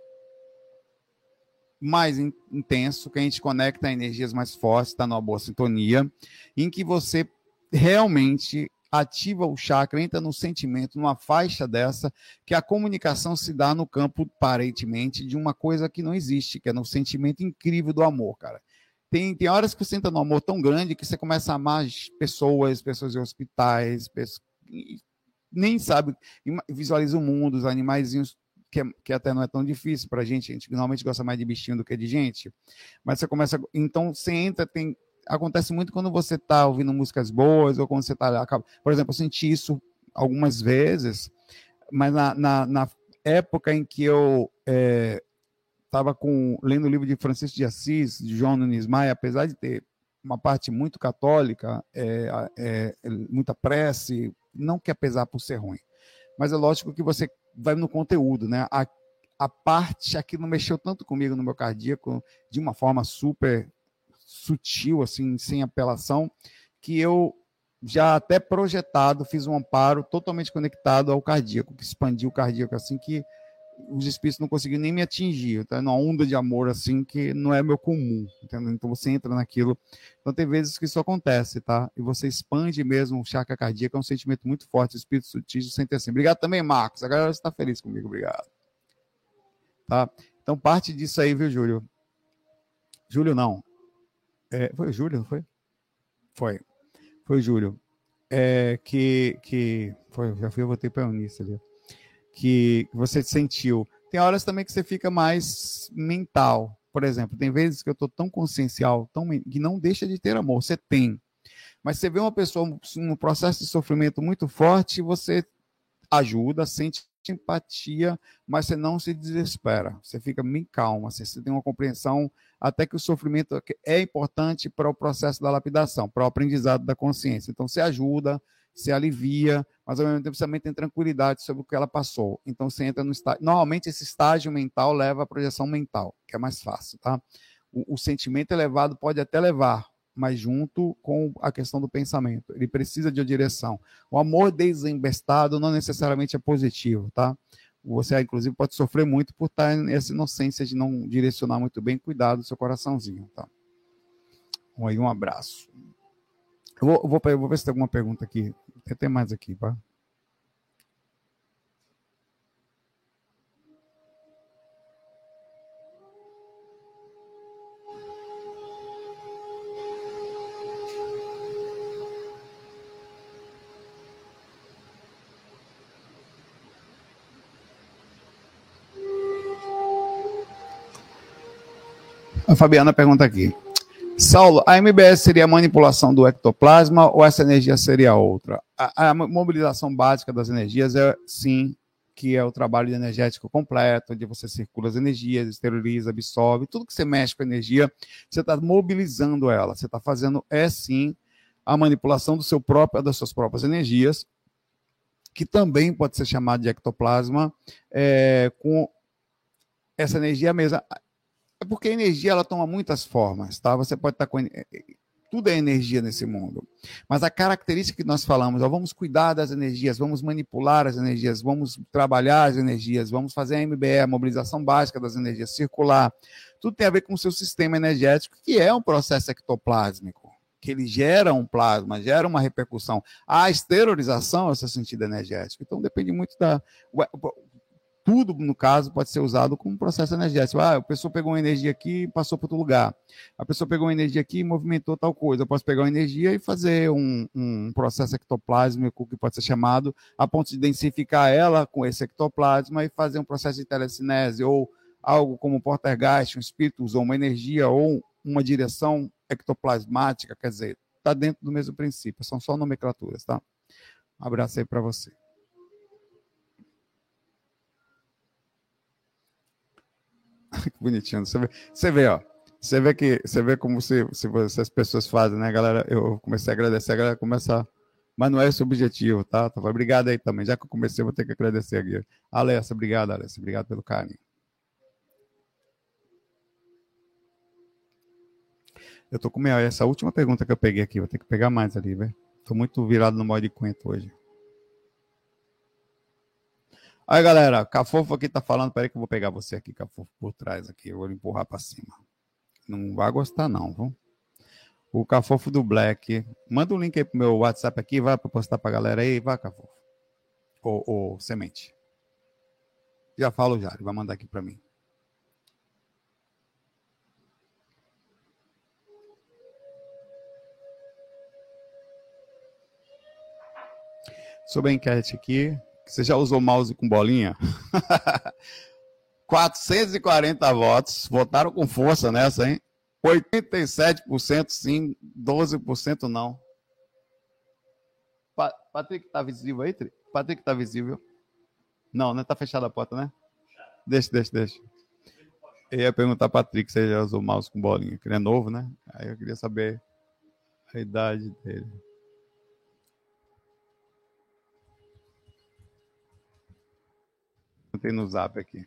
mais in, intenso, que a gente conecta a energias mais fortes, está numa boa sintonia, em que você realmente ativa o chakra, entra no sentimento, numa faixa dessa, que a comunicação se dá no campo, aparentemente, de uma coisa que não existe, que é no sentimento incrível do amor, cara. Tem, tem horas que você entra num amor tão grande que você começa a amar pessoas, pessoas em hospitais, pessoas, nem sabe, visualiza o mundo, os animaizinhos, que, é, que até não é tão difícil para a gente, a gente normalmente gosta mais de bichinho do que de gente, mas você começa, então você entra, tem, acontece muito quando você está ouvindo músicas boas, ou quando você está, por exemplo, eu senti isso algumas vezes, mas na, na, na época em que eu estava é, lendo o livro de Francisco de Assis, de João Nunes Maia, apesar de ter uma parte muito católica, é, é, é, muita prece, não quer pesar por ser ruim, mas é lógico que você vai no conteúdo, né? A, a parte, aquilo mexeu tanto comigo no meu cardíaco, de uma forma super sutil, assim, sem apelação, que eu já até projetado, fiz um amparo totalmente conectado ao cardíaco, que expandiu o cardíaco, assim, que os espíritos não conseguiram nem me atingir, tá? Numa onda de amor, assim, que não é meu comum, entendeu? Então você entra naquilo. Então tem vezes que isso acontece, tá? E você expande mesmo o chakra cardíaco, é um sentimento muito forte, espírito sutil, sente assim. Obrigado também, Marcos. A galera está feliz comigo, obrigado. Tá? Então parte disso aí, viu, Júlio? Júlio não. É, foi o Júlio, não foi? Foi. Foi o Júlio. É, que, que foi, já fui, eu voltei para a Eunice ali. Que você sentiu. Tem horas também que você fica mais mental. Por exemplo, tem vezes que eu estou tão consciencial, tão, que não deixa de ter amor. Você tem. Mas você vê uma pessoa num processo de sofrimento muito forte, você ajuda, sente empatia, mas você não se desespera. Você fica bem calmo, assim, você tem uma compreensão até que o sofrimento é importante para o processo da lapidação, para o aprendizado da consciência. Então, você ajuda, se alivia, mas ao mesmo tempo você também tem tranquilidade sobre o que ela passou. Então você entra no estágio. Normalmente esse estágio mental leva à projeção mental, que é mais fácil, tá? O, o sentimento elevado pode até levar, mas junto com a questão do pensamento. Ele precisa de uma direção. O amor desembestado não necessariamente é positivo, tá? Você, inclusive, pode sofrer muito por estar nessa inocência de não direcionar muito bem, cuidar do seu coraçãozinho, tá? Bom, aí um abraço. Eu vou, eu vou, eu vou ver se tem alguma pergunta aqui. Tem até mais aqui, tá? A Fabiana pergunta aqui. Saulo, a M B S seria a manipulação do ectoplasma ou essa energia seria outra? A, a mobilização básica das energias é, sim, que é o trabalho energético completo, onde você circula as energias, esteriliza, absorve, tudo que você mexe com a energia, você está mobilizando ela, você está fazendo, é sim, a manipulação do seu próprio, das suas próprias energias, que também pode ser chamado de ectoplasma, é, com essa energia mesma. É porque a energia ela toma muitas formas, tá? Você pode estar com tudo é energia nesse mundo. Mas a característica que nós falamos, ó, vamos cuidar das energias, vamos manipular as energias, vamos trabalhar as energias, vamos fazer a M B E, a mobilização básica das energias, circular. Tudo tem a ver com o seu sistema energético, que é um processo ectoplásmico, que ele gera um plasma, gera uma repercussão. A esterilização é o seu sentido energético. Então depende muito da... Tudo, no caso, pode ser usado como processo energético. Ah, a pessoa pegou uma energia aqui e passou para outro lugar. A pessoa pegou uma energia aqui e movimentou tal coisa. Eu posso pegar uma energia e fazer um, um processo ectoplásmico que pode ser chamado, a ponto de densificar ela com esse ectoplasma e fazer um processo de telecinese, ou algo como um poltergeist, um espírito usou uma energia ou uma direção ectoplasmática, quer dizer, está dentro do mesmo princípio, são só nomenclaturas, tá? Um abraço aí para você. Que bonitinho. Você vê, você vê, ó. Você vê que você vê como se, se, se as pessoas fazem, né, galera? Eu comecei a agradecer, a galera começa. Mas não é esse o objetivo, tá? Então, obrigado aí também. Já que eu comecei, eu vou ter que agradecer aqui. Alessa, obrigado, Alessa. Obrigado pelo carinho. Eu tô com minha, essa última pergunta que eu peguei aqui. Vou ter que pegar mais ali, velho. Tô muito virado no modo de quento hoje. Aí, galera, Cafofo aqui tá falando, peraí que eu vou pegar você aqui, Cafofo, por trás aqui, eu vou empurrar para cima. Não vai gostar não, viu? O Cafofo do Black, manda um link aí pro meu WhatsApp aqui, vai para postar pra galera aí, vai, Cafofo. Ô, ô, Semente. Já falo já, ele vai mandar aqui para mim. Sobre a enquete aqui, você já usou mouse com bolinha? quatrocentos e quarenta votos, votaram com força nessa, hein? oitenta e sete por cento sim, doze por cento não. Pa Patrick, tá visível aí? Patrick, tá visível? Não, né? Tá fechada a porta, né? Deixa, deixa, deixa. Eu ia perguntar a Patrick se ele já usou mouse com bolinha, que ele é novo, né? Aí eu queria saber a idade dele. Tem no Zap aqui.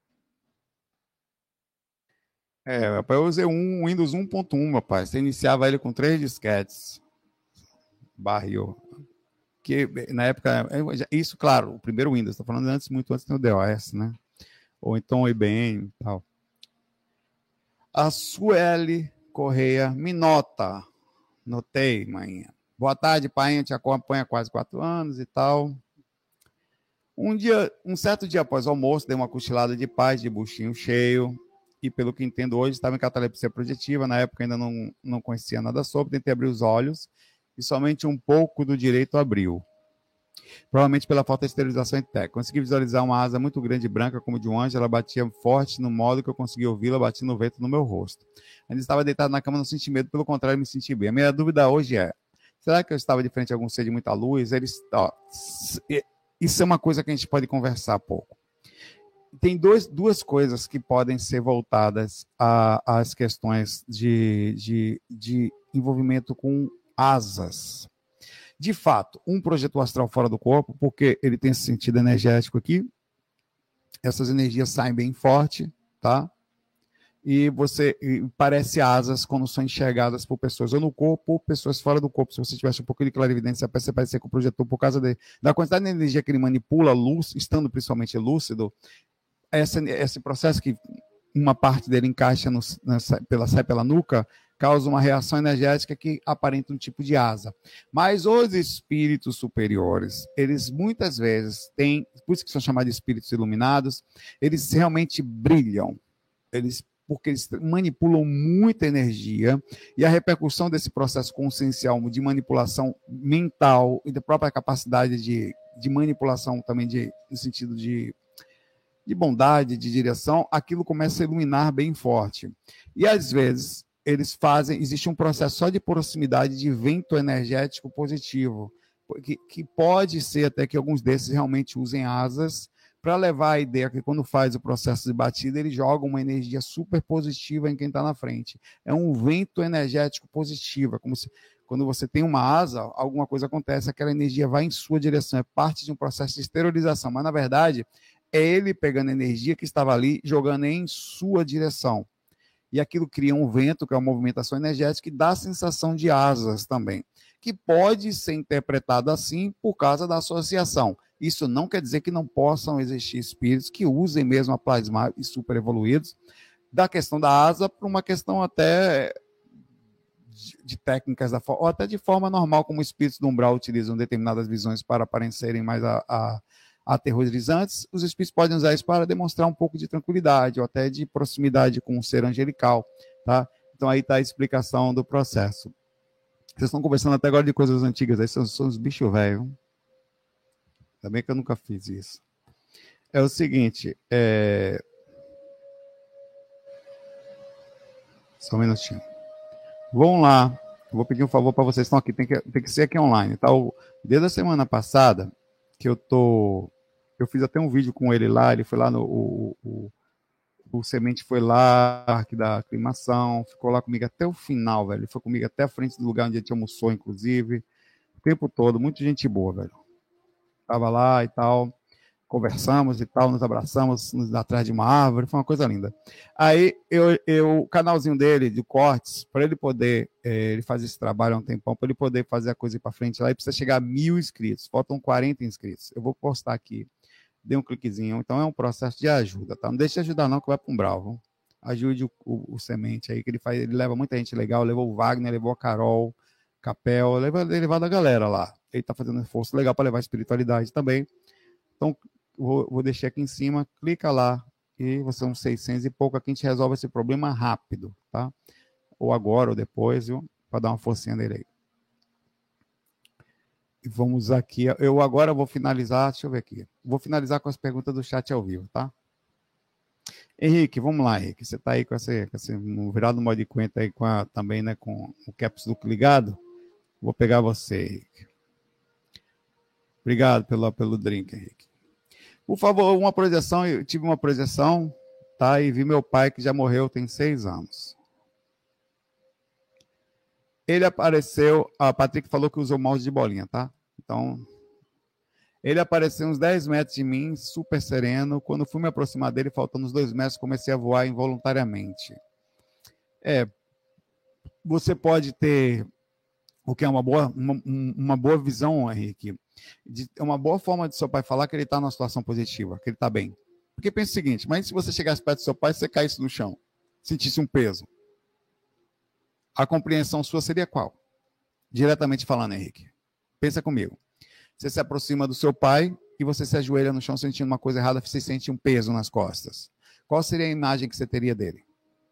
É, rapaz, eu usei um Windows um ponto um, rapaz. Você iniciava ele com três disquetes. Barril. Que na época, isso, claro, o primeiro Windows, estou falando antes, muito antes do D O S, né? Ou então o I B M e tal. A Sueli Correia me nota. Notei, manhã. Boa tarde, pai. Te acompanha há quase quatro anos e tal. Um dia, um certo dia após o almoço, dei uma cochilada de paz, de buchinho cheio, e pelo que entendo hoje, estava em catalepsia projetiva, na época ainda não, não conhecia nada sobre, tentei abrir os olhos, e somente um pouco do direito abriu. Provavelmente pela falta de esterilização interna. Consegui visualizar uma asa muito grande branca, como de um anjo, ela batia forte no modo que eu conseguia ouvi-la, batia no vento no meu rosto. Ainda estava deitado na cama, não senti medo, pelo contrário, me senti bem. A minha dúvida hoje é, será que eu estava de frente a algum ser de muita luz? Eles... Ó, isso é uma coisa que a gente pode conversar pouco. Tem dois, duas coisas que podem ser voltadas às questões de, de, de envolvimento com asas. De fato, um projetor astral fora do corpo, porque ele tem esse sentido energético aqui, essas energias saem bem forte, tá? E você e parece asas quando são enxergadas por pessoas ou no corpo ou pessoas fora do corpo. Se você tivesse um pouco de clarividência, você parece com o projetor por causa de, da quantidade de energia que ele manipula, luz, estando principalmente lúcido, essa, esse processo que uma parte dele encaixa no, nessa, pela, sai pela nuca, causa uma reação energética que aparenta um tipo de asa. Mas os espíritos superiores, eles muitas vezes têm, por isso que são chamados de espíritos iluminados, eles realmente brilham. Eles porque eles manipulam muita energia e a repercussão desse processo consciencial de manipulação mental e da própria capacidade de, de manipulação também de, no sentido de de bondade, de direção, aquilo começa a iluminar bem forte. E às vezes eles fazem, existe um processo só de proximidade de vento energético positivo, que, que pode ser até que alguns desses realmente usem asas para levar a ideia que quando faz o processo de batida, ele joga uma energia super positiva em quem está na frente. É um vento energético positivo, é como se quando você tem uma asa, alguma coisa acontece, aquela energia vai em sua direção, é parte de um processo de esterilização, mas na verdade é ele pegando a energia que estava ali, jogando em sua direção. E aquilo cria um vento, que é uma movimentação energética, que dá a sensação de asas também, que pode ser interpretado assim por causa da associação. Isso não quer dizer que não possam existir espíritos que usem mesmo a plasma e super evoluídos da questão da asa para uma questão até de, de técnicas, da, ou até de forma normal, como espíritos do umbral utilizam determinadas visões para parecerem mais a, a, aterrorizantes. Os espíritos podem usar isso para demonstrar um pouco de tranquilidade ou até de proximidade com o ser angelical. Tá? Então aí está a explicação do processo. Vocês estão conversando até agora de coisas antigas, aí são, são os bichos velhos. Ainda bem que eu nunca fiz isso. É o seguinte, é... só um minutinho. Vamos lá, eu vou pedir um favor para vocês que estão aqui, tem que, tem que ser aqui online, tá? O... Desde a semana passada, que eu tô... Eu fiz até um vídeo com ele lá, ele foi lá no... O, o, o Semente foi lá, aqui da aclimação, ficou lá comigo até o final, velho. Ele foi comigo até a frente do lugar onde a gente almoçou, inclusive. O tempo todo, muita gente boa, velho. Tava lá e tal, conversamos e tal, nos abraçamos nos, atrás de uma árvore, foi uma coisa linda. Aí, eu, eu, o canalzinho dele, de cortes, para ele poder, é, ele faz esse trabalho há um tempão, para ele poder fazer a coisa ir para frente lá, ele precisa chegar a mil inscritos, faltam quarenta inscritos. Eu vou postar aqui, dê um cliquezinho, então é um processo de ajuda, tá? Não deixe de ajudar não, que vai para um bravo. Ajude o, o, o Semente aí, que ele faz, ele leva muita gente legal, levou o Wagner, levou a Carol, Capel, levou, levou a galera lá. Ele está fazendo um esforço legal para levar a espiritualidade também. Então, vou, vou deixar aqui em cima, clica lá, e você são seiscentos e pouco, aqui a gente resolve esse problema rápido, tá? Ou agora, ou depois, para dar uma forcinha nele aí. E vamos aqui, eu agora vou finalizar, deixa eu ver aqui, vou finalizar com as perguntas do chat ao vivo, tá? Henrique, vamos lá, Henrique, você está aí com esse, com esse virado no modo de conta aí com a, também, né, com o Caps Look ligado, vou pegar você, Henrique. Obrigado pelo, pelo drink, Henrique. Por favor, uma projeção, eu tive uma projeção, tá? E vi meu pai que já morreu tem seis anos. Ele apareceu, a Patrick falou que usou mouse de bolinha, tá? Então, ele apareceu uns dez metros de mim, super sereno. Quando fui me aproximar dele, faltando uns dois metros, comecei a voar involuntariamente. É, você pode ter, o que é uma boa, uma, uma boa visão, Henrique, de, é uma boa forma de seu pai falar que ele está numa situação positiva, que ele está bem. Porque pensa o seguinte, mas se você chegasse perto do seu pai, você caísse no chão, sentisse um peso, a compreensão sua seria qual? Diretamente falando, Henrique. Pensa comigo. Você se aproxima do seu pai e você se ajoelha no chão sentindo uma coisa errada, você sente um peso nas costas. Qual seria a imagem que você teria dele?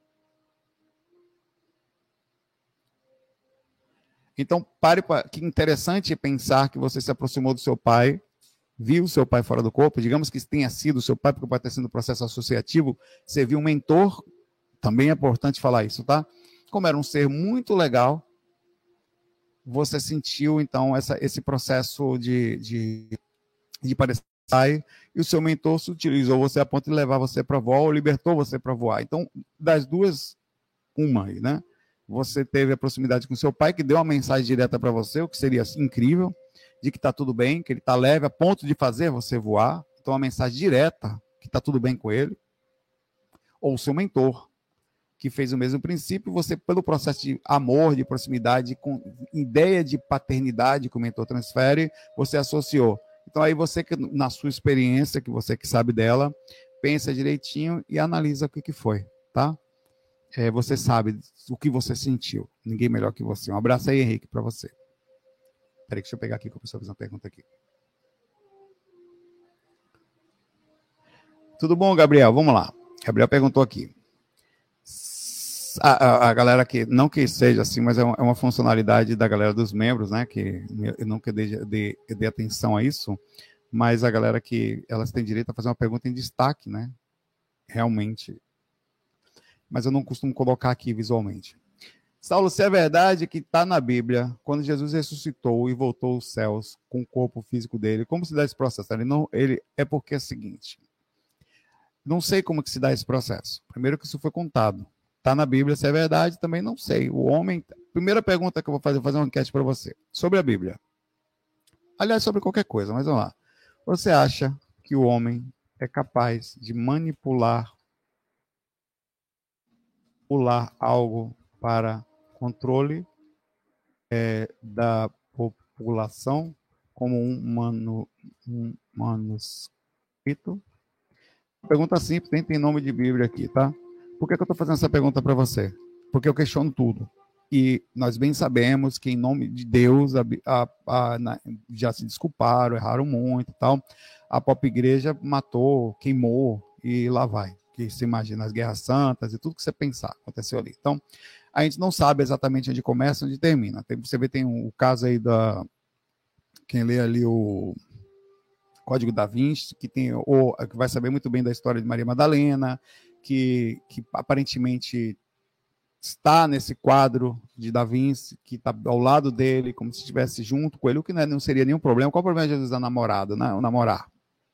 Então, pare para... Que interessante pensar que você se aproximou do seu pai, viu o seu pai fora do corpo, digamos que tenha sido o seu pai, porque pode ter sido um processo associativo, você viu um mentor, também é importante falar isso, tá? Como era um ser muito legal, você sentiu, então, essa, esse processo de, de, de parecer pai, e o seu mentor utilizou você a ponto de levar você para voar, ou libertou você para voar. Então, das duas, uma aí, né? Você teve a proximidade com seu pai, que deu uma mensagem direta para você, o que seria incrível, de que está tudo bem, que ele está leve, a ponto de fazer você voar. Então, uma mensagem direta, que está tudo bem com ele. Ou o seu mentor, que fez o mesmo princípio, você, pelo processo de amor, de proximidade, com ideia de paternidade que o mentor transfere, você associou. Então, aí você, na sua experiência, que você que sabe dela, pensa direitinho e analisa o que, que foi, tá? É, você sabe o que você sentiu. Ninguém melhor que você. Um abraço aí, Henrique, para você. Peraí, deixa eu pegar aqui que eu preciso fazer uma pergunta aqui. Tudo bom, Gabriel? Vamos lá. Gabriel perguntou aqui. A, a, a galera que, não que seja assim, mas é uma, é uma funcionalidade da galera dos membros, né? Que eu nunca dei, dei, dei atenção a isso. mas a galera que elas têm direito a fazer uma pergunta em destaque, né? Realmente. Mas eu não costumo colocar aqui visualmente. Saulo, se é verdade que está na Bíblia, quando Jesus ressuscitou e voltou aos céus com o corpo físico dele, como se dá esse processo? Ele não, ele, é porque é o seguinte, não sei como que se dá esse processo. Primeiro que isso foi contado. Está na Bíblia, se é verdade, também não sei. O homem... Primeira pergunta que eu vou fazer, vou fazer uma enquete para você. Sobre a Bíblia. Aliás, sobre qualquer coisa, mas vamos lá. Você acha que o homem é capaz de manipular, manipular algo para controle é, da população como um, manu, um manuscrito? Pergunta simples, nem tem nome de Bíblia aqui, tá? Por que, que eu estou fazendo essa pergunta para você? Porque eu questiono tudo. E nós bem sabemos que, em nome de Deus, a, a, a, na, já se desculparam, erraram muito e tal. A pop igreja matou, queimou e lá vai. Que se imagina as guerras santas e tudo que você pensar aconteceu ali. Então, a gente não sabe exatamente onde começa e onde termina. Tem, você vê, tem o um, caso aí da... Quem lê ali o Código da Vinci, que, tem, ou, que vai saber muito bem da história de Maria Madalena, que, que aparentemente está nesse quadro de Da Vinci, que está ao lado dele, como se estivesse junto com ele, o que não seria nenhum problema. Qual o problema de Jesus dar namorado, né? O namorar?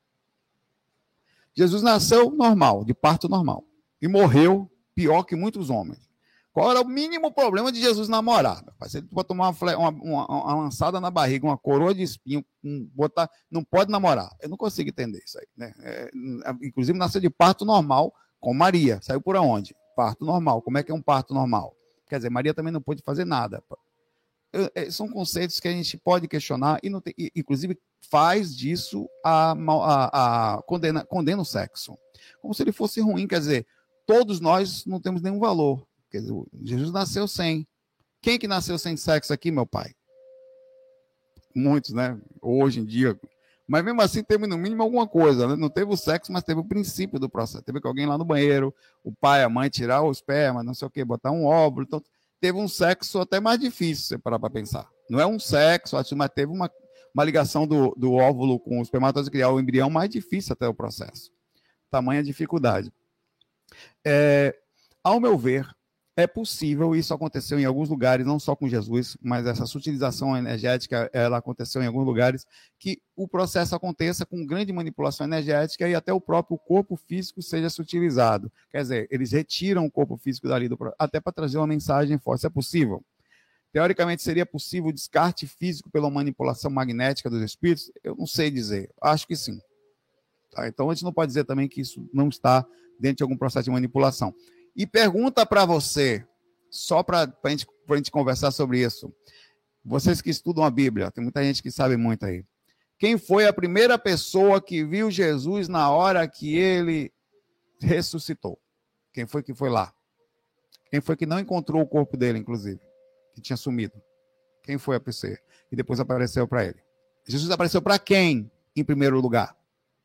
Jesus nasceu normal, de parto normal, e morreu pior que muitos homens. Qual era o mínimo problema de Jesus namorar? Se ele pode tomar uma, uma, uma, uma lançada na barriga, uma coroa de espinho, um, botar, não pode namorar. Eu não consigo entender isso aí. Né? É, inclusive, nasceu de parto normal com Maria. Saiu por onde? Parto normal. Como é que é um parto normal? Quer dizer, Maria também não pôde fazer nada. Eu, são conceitos que a gente pode questionar e, não tem, e inclusive, faz disso a, a, a condena, condena o sexo. Como se ele fosse ruim. Quer dizer, todos nós não temos nenhum valor. Quer dizer, Jesus nasceu sem. Quem que nasceu sem sexo aqui, meu pai? Muitos, né? Hoje em dia. Mas mesmo assim teve no mínimo alguma coisa, né? Não teve o sexo, mas teve o princípio do processo. Teve que alguém lá no banheiro, o pai, a mãe tirar o esperma, não sei o quê, botar um óvulo. Então, teve um sexo até mais difícil, se você parar para pensar. Não é um sexo, mas teve uma, uma ligação do, do óvulo com o espermatozoide, criar o embrião mais difícil até o processo. Tamanha dificuldade. É, ao meu ver, é possível, isso aconteceu em alguns lugares, não só com Jesus, mas essa sutilização energética, ela aconteceu em alguns lugares, que o processo aconteça com grande manipulação energética e até o próprio corpo físico seja sutilizado. Quer dizer, eles retiram o corpo físico dali, do, até para trazer uma mensagem forte. Isso é possível? Teoricamente, seria possível o descarte físico pela manipulação magnética dos espíritos? Eu não sei dizer. Acho que sim. Tá? Então, a gente não pode dizer também que isso não está dentro de algum processo de manipulação. E pergunta para você, só para a gente, a gente conversar sobre isso. Vocês que estudam a Bíblia, tem muita gente que sabe muito aí. Quem foi a primeira pessoa que viu Jesus na hora que ele ressuscitou? Quem foi que foi lá? Quem foi que não encontrou o corpo dele, inclusive? Que tinha sumido? Quem foi a pessoa? E depois apareceu para ele. Jesus apareceu para quem, em primeiro lugar?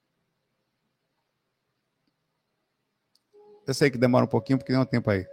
Eu sei que demora um pouquinho, porque não tem tempo aí.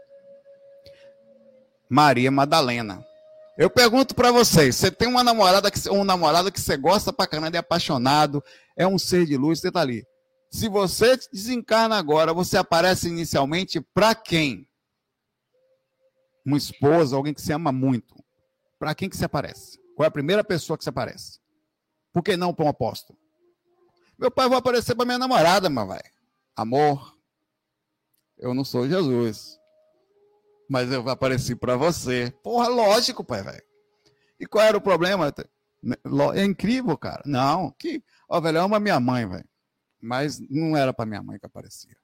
Maria Madalena. Eu pergunto para vocês, você tem uma namorada que, um namorado que você gosta pra caramba, é apaixonado, é um ser de luz, você tá ali. Se você desencarna agora, você aparece inicialmente para quem? Uma esposa, alguém que você ama muito. Para quem que você aparece? Qual é a primeira pessoa que você aparece? Por que não para um apóstolo? Meu pai vai aparecer para minha namorada, mas vai. Amor, eu não sou Jesus, mas eu vou aparecer para você. Porra, lógico, pai, velho. E qual era o problema? É incrível, cara. Não, que... Ó, velho, eu amo a minha mãe, velho. Mas não era para minha mãe que aparecia.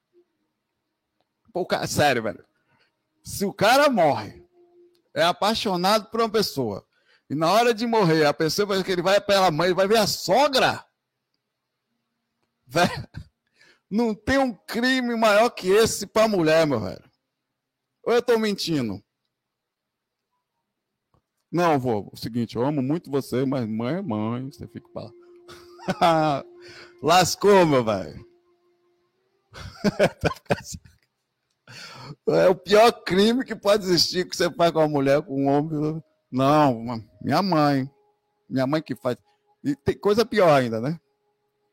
Pô, cara, sério, velho. Se o cara morre, é apaixonado por uma pessoa, e na hora de morrer, a pessoa vai que ele vai pela mãe, ele vai ver a sogra. Velho. Não tem um crime maior que esse para a mulher, meu velho. Ou eu estou mentindo? Não, vô, o seguinte, eu amo muito você, mas mãe é mãe, você fica para lá. Lascou, meu velho. É o pior crime que pode existir que você faz com uma mulher, com um homem. Não, minha mãe. Minha mãe que faz. E tem coisa pior ainda, né?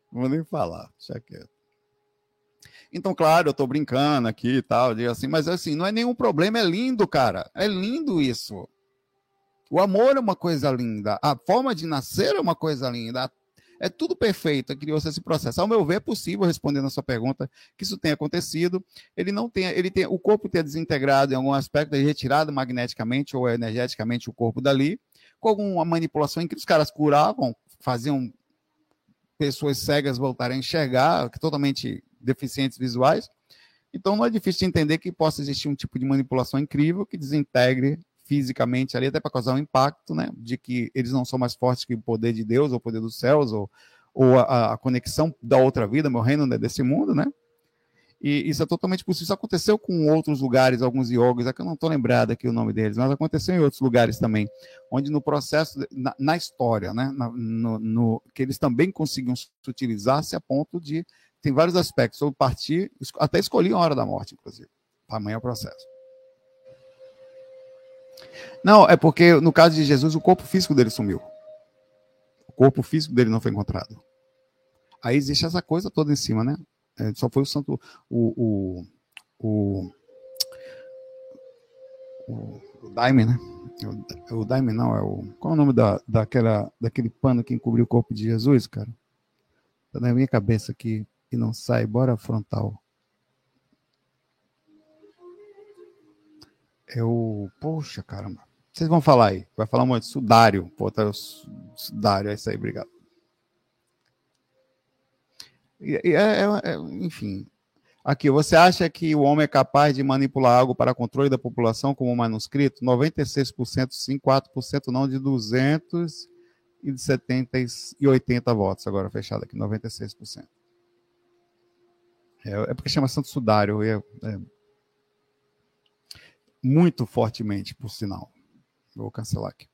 Não vou nem falar, deixa quieto. Então, claro, eu tô brincando aqui e tal, assim, mas assim, não é nenhum problema, é lindo, cara. É lindo isso. O amor é uma coisa linda, a forma de nascer é uma coisa linda, é tudo perfeito, criou-se esse processo. Ao meu ver, é possível, respondendo a sua pergunta, que isso tenha acontecido. Ele não tem, ele tem, o corpo ter desintegrado em algum aspecto, retirado magneticamente ou energeticamente o corpo dali, com alguma manipulação em que os caras curavam, faziam pessoas cegas voltarem a enxergar, totalmente deficientes visuais. Então não é difícil de entender que possa existir um tipo de manipulação incrível que desintegre fisicamente ali, até para causar um impacto, né, de que eles não são mais fortes que o poder de Deus, ou o poder dos céus, ou, ou a, a conexão da outra vida, meu reino não é desse mundo, né? E isso é totalmente possível. Isso aconteceu com outros lugares, alguns yogis, aqui eu não estou lembrado aqui o nome deles, mas aconteceu em outros lugares também, onde no processo, na, na história, né, na, no, no, que eles também conseguiam sutilizar-se a ponto de, tem vários aspectos, ou partir, até escolhiam a hora da morte, inclusive, tamanho é o processo. Não, é porque no caso de Jesus, o corpo físico dele sumiu. O corpo físico dele não foi encontrado. Aí existe essa coisa toda em cima, né? É, só foi o santo, o, o, o, o, o daime, né? O, o daime não, é o... Qual é o nome da, daquela, daquele pano que encobriu o corpo de Jesus, cara? Tá na minha cabeça aqui e não sai, bora frontal. É o... Poxa, caramba. Vocês vão falar aí. Vai falar muito. Sudário. Pô, tá o sudário. É isso aí, obrigado. E, e é, é, enfim. Aqui, você acha que o homem é capaz de manipular algo para controle da população como um manuscrito? noventa e seis por cento sim, quatro por cento não, de duzentos e de setenta e oitenta votos. Agora fechado aqui, noventa e seis por cento. É, é porque chama Santo Sudário. É, é muito fortemente, por sinal. Vou cancelar aqui.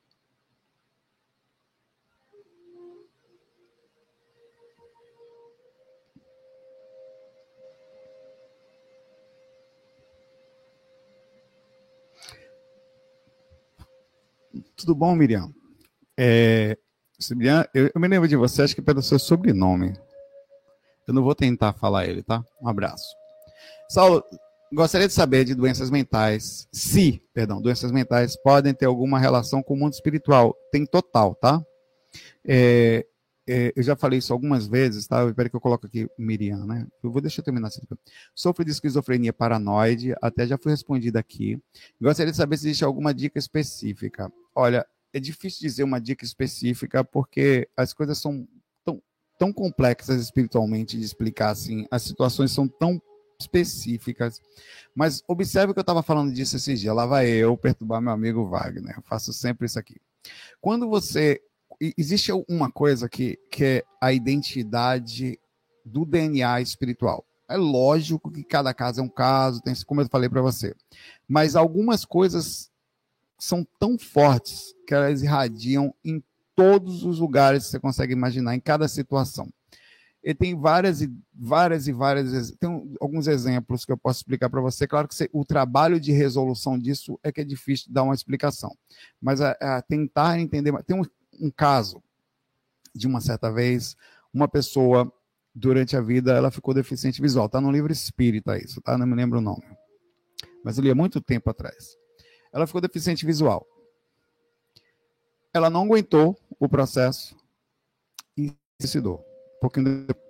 Tudo bom, Miriam? É, Miriam, eu, eu me lembro de você, acho que pelo seu sobrenome. Eu não vou tentar falar ele, tá? Um abraço. Saulo, gostaria de saber de doenças mentais, se, perdão, doenças mentais podem ter alguma relação com o mundo espiritual. Tem total, tá? É, é, eu já falei isso algumas vezes, tá? Espero que eu coloque aqui Miriam, né? Eu vou deixar eu terminar assim. Sofro de esquizofrenia paranoide, até já fui respondido aqui. Gostaria de saber se existe alguma dica específica. Olha, é difícil dizer uma dica específica, porque as coisas são tão, tão complexas espiritualmente de explicar, assim, as situações são tão específicas, mas observe que eu estava falando disso esses dias, lá vai eu perturbar meu amigo Wagner, eu faço sempre isso aqui. Quando você, existe uma coisa que, que é a identidade do D N A espiritual, é lógico que cada caso é um caso, tem, como eu falei para você, mas algumas coisas são tão fortes que elas irradiam em todos os lugares que você consegue imaginar, em cada situação. Ele tem várias e várias e várias, tem alguns exemplos que eu posso explicar para você. Claro que você, o trabalho de resolução disso é que é difícil de dar uma explicação, mas a, a tentar entender. Tem um, um caso de uma certa vez, uma pessoa durante a vida ela ficou deficiente visual. Está no livro espírita isso, tá? Não me lembro o nome, mas eu li há muito tempo atrás. Ela ficou deficiente visual. Ela não aguentou o processo e se suicidou. Um pouquinho depois.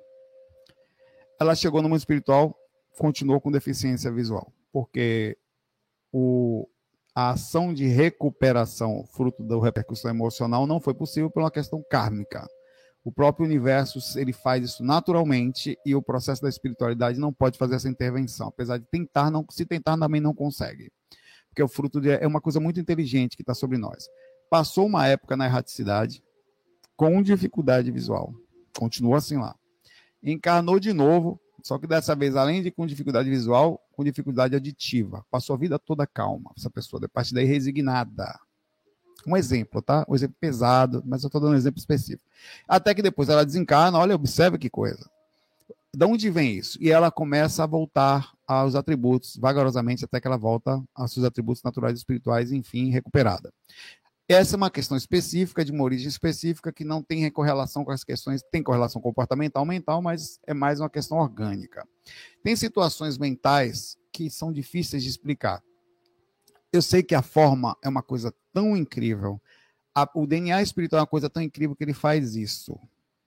Ela chegou no mundo espiritual, continuou com deficiência visual, porque o, a ação de recuperação, fruto da repercussão emocional, não foi possível por uma questão kármica. O próprio universo, ele faz isso naturalmente e o processo da espiritualidade não pode fazer essa intervenção, apesar de tentar, não, se tentar também não consegue, porque o fruto de, é uma coisa muito inteligente que está sobre nós. Passou uma época na erraticidade, com dificuldade visual, continua assim lá. Encarnou de novo, só que dessa vez, além de com dificuldade visual, com dificuldade auditiva. Passou a vida toda calma, essa pessoa, de parte daí resignada. Um exemplo, tá? Um exemplo pesado, mas eu estou dando um exemplo específico. Até que depois ela desencarna, olha, observa que coisa. De onde vem isso? E ela começa a voltar aos atributos, vagarosamente, até que ela volta aos seus atributos naturais e espirituais, enfim, recuperada. Essa é uma questão específica, de uma origem específica, que não tem correlação com as questões, tem correlação comportamental, mental, mas é mais uma questão orgânica. Tem situações mentais que são difíceis de explicar. Eu sei que a forma é uma coisa tão incrível, a, o D N A espiritual é uma coisa tão incrível que ele faz isso.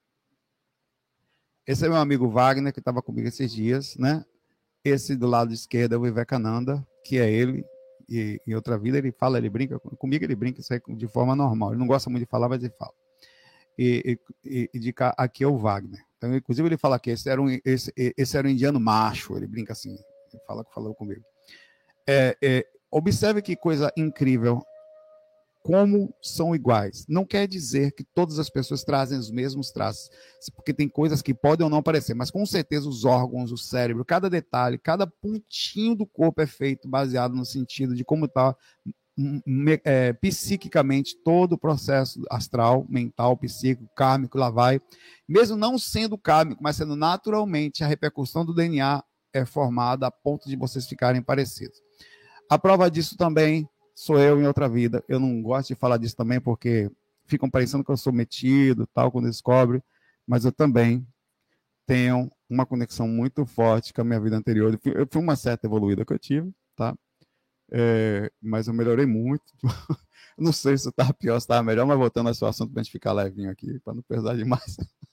Esse é meu amigo Wagner, que estava comigo esses dias, né? Esse do lado esquerdo é o Vivekananda, que é ele. E em outra vida ele fala, ele brinca, comigo ele brinca isso aí de forma normal, ele não gosta muito de falar, mas ele fala. E, e, e de cá, aqui é o Wagner. Então, inclusive ele fala que esse era um, esse, esse era um indiano macho, ele brinca assim, ele fala que falou comigo. É, é, observe que coisa incrível, como são iguais. Não quer dizer que todas as pessoas trazem os mesmos traços, porque tem coisas que podem ou não aparecer, mas com certeza os órgãos, o cérebro, cada detalhe, cada pontinho do corpo é feito baseado no sentido de como está é, psiquicamente todo o processo astral, mental, psíquico, kármico, lá vai. Mesmo não sendo kármico, mas sendo naturalmente, a repercussão do D N A é formada a ponto de vocês ficarem parecidos. A prova disso também sou eu em outra vida. Eu não gosto de falar disso também porque ficam parecendo que eu sou metido, tal, quando descobre, mas eu também tenho uma conexão muito forte com a minha vida anterior. Eu fui, eu fui uma certa evoluída que eu tive, tá? É, mas eu melhorei muito. Não sei se estava pior, se estava melhor, mas voltando ao seu assunto para a gente ficar levinho aqui, para não pesar demais.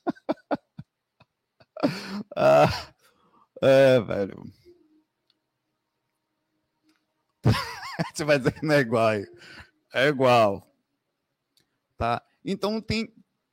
ah, é, velho. Você vai dizer que não é igual aí. É igual. Tá? Então, tem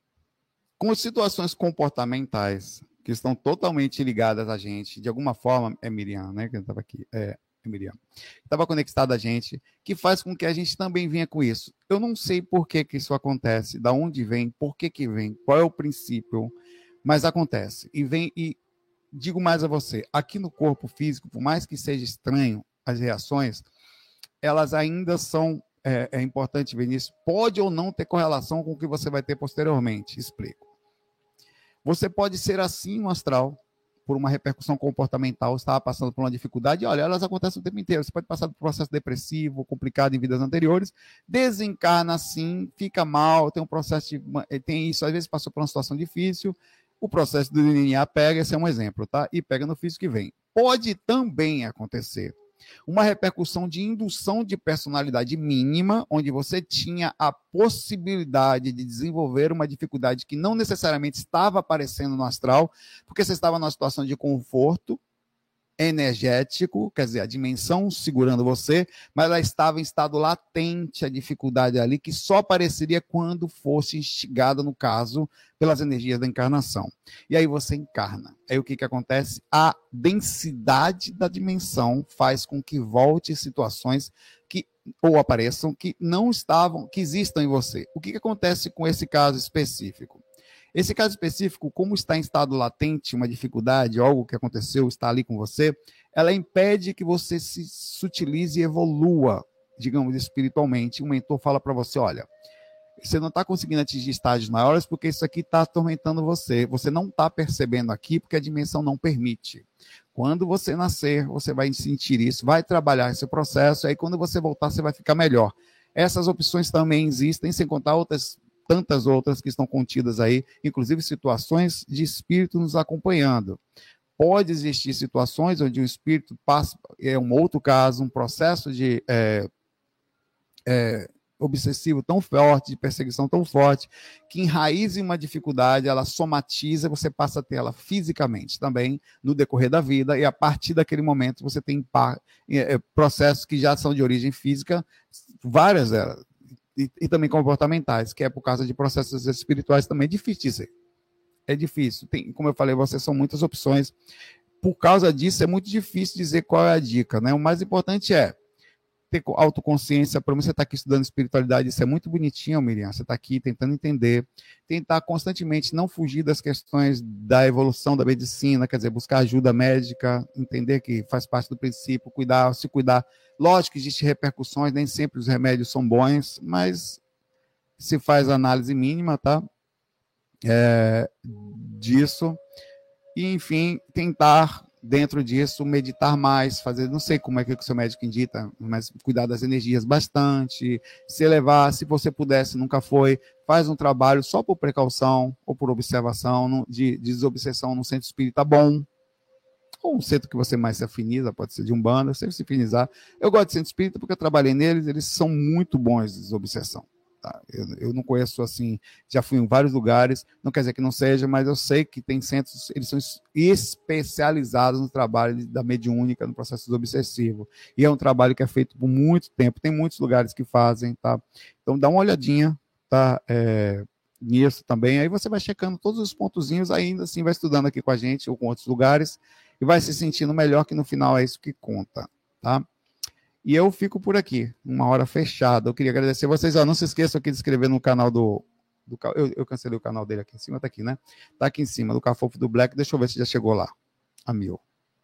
com situações comportamentais que estão totalmente ligadas a gente, de alguma forma, é Miriam, né? Que estava aqui. É, é Miriam. Estava conectada a gente, que faz com que a gente também venha com isso. Eu não sei por que, que isso acontece, da onde vem, por que, que vem, qual é o princípio, mas acontece. E vem, e digo mais a você, aqui no corpo físico, por mais que seja estranho as reações, elas ainda são, é, é importante ver nisso, pode ou não ter correlação com o que você vai ter posteriormente. Explico. Você pode ser assim no astral, por uma repercussão comportamental, estava passando por uma dificuldade, e olha, elas acontecem o tempo inteiro. Você pode passar por um processo depressivo, complicado em vidas anteriores, desencarna assim, fica mal, tem um processo de, tem isso, às vezes passou por uma situação difícil, o processo do D N A pega, esse é um exemplo, tá? E pega no físico que vem. Pode também acontecer uma repercussão de indução de personalidade mínima, onde você tinha a possibilidade de desenvolver uma dificuldade que não necessariamente estava aparecendo no astral, porque você estava numa situação de conforto energético, quer dizer, a dimensão segurando você, mas ela estava em estado latente, a dificuldade ali, que só apareceria quando fosse instigada, no caso, pelas energias da encarnação. E aí você encarna. Aí o que, que acontece? A densidade da dimensão faz com que volte situações que ou apareçam que não estavam, que existam em você. O que, que acontece com esse caso específico? Esse caso específico, como está em estado latente, uma dificuldade, algo que aconteceu, está ali com você, ela impede que você se sutilize e evolua, digamos, espiritualmente. Um mentor fala para você, olha, você não está conseguindo atingir estágios maiores porque isso aqui está atormentando você. Você não está percebendo aqui porque a dimensão não permite. Quando você nascer, você vai sentir isso, vai trabalhar esse processo, aí quando você voltar, você vai ficar melhor. Essas opções também existem, sem contar outras tantas outras que estão contidas aí, inclusive situações de espírito nos acompanhando. Pode existir situações onde o espírito passa, é um outro caso, um processo de é, é, obsessivo tão forte, de perseguição tão forte, que enraiza uma dificuldade, ela somatiza, você passa a ter ela fisicamente também, no decorrer da vida, e a partir daquele momento você tem é, processos que já são de origem física, várias delas, E, e também comportamentais, que é por causa de processos espirituais também. É difícil dizer. É difícil. Tem, como eu falei, vocês são muitas opções. Por causa disso, é muito difícil dizer qual é a dica, né? O mais importante é ter autoconsciência. Para mim, você está aqui estudando espiritualidade, isso é muito bonitinho, Miriam. Você está aqui tentando entender, tentar constantemente não fugir das questões da evolução da medicina, quer dizer, buscar ajuda médica, entender que faz parte do princípio, cuidar, se cuidar. Lógico que existem repercussões, nem sempre os remédios são bons, mas se faz análise mínima, tá? É, disso. E, enfim, tentar dentro disso, meditar mais, fazer, não sei como é que o seu médico indica, mas cuidar das energias bastante, se elevar, se você pudesse, nunca foi, faz um trabalho só por precaução ou por observação, de, de desobsessão no centro espírita bom, ou um centro que você mais se afiniza, pode ser de Umbanda, você se afinizar. Eu gosto de centro espírita porque eu trabalhei neles, eles são muito bons de desobsessão. Tá? Eu, eu não conheço assim, já fui em vários lugares, não quer dizer que não seja, mas eu sei que tem centros, eles são especializados no trabalho da mediúnica, no processo desobsessivo, e é um trabalho que é feito por muito tempo, tem muitos lugares que fazem, tá? Então dá uma olhadinha, tá? É, nisso também, aí você vai checando todos os pontozinhos, ainda assim vai estudando aqui com a gente, ou com outros lugares, e vai se sentindo melhor, que no final é isso que conta, tá? E eu fico por aqui, uma hora fechada. Eu queria agradecer vocês. Ó, não se esqueçam aqui de inscrever no canal do... do eu, eu cancelei o canal dele aqui em cima, tá aqui, né? Tá aqui em cima, do Cafofo do Black. Deixa eu ver se já chegou lá. A mil.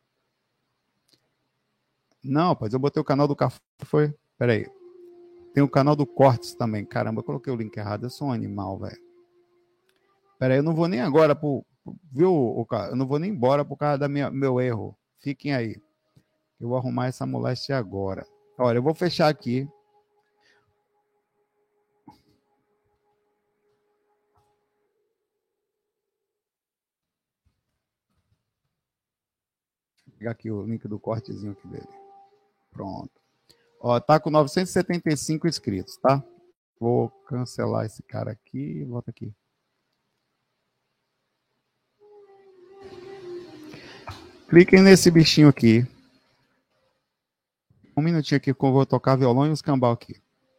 Não, pois eu botei o canal do Cafofo, foi... Peraí. Tem o canal do Cortes também. Caramba, eu coloquei o link errado. Eu sou um animal, velho. Peraí, eu não vou nem agora pro... Viu, eu não vou nem embora por causa do meu erro. Fiquem aí. Eu vou arrumar essa moléstia agora. Olha, eu vou fechar aqui. Vou pegar aqui o link do cortezinho aqui dele. Pronto. Ó, tá com novecentos e setenta e cinco inscritos, tá? Vou cancelar esse cara aqui. Volta aqui. Cliquem nesse bichinho aqui. Um minutinho aqui que eu vou tocar violão e os cambal aqui.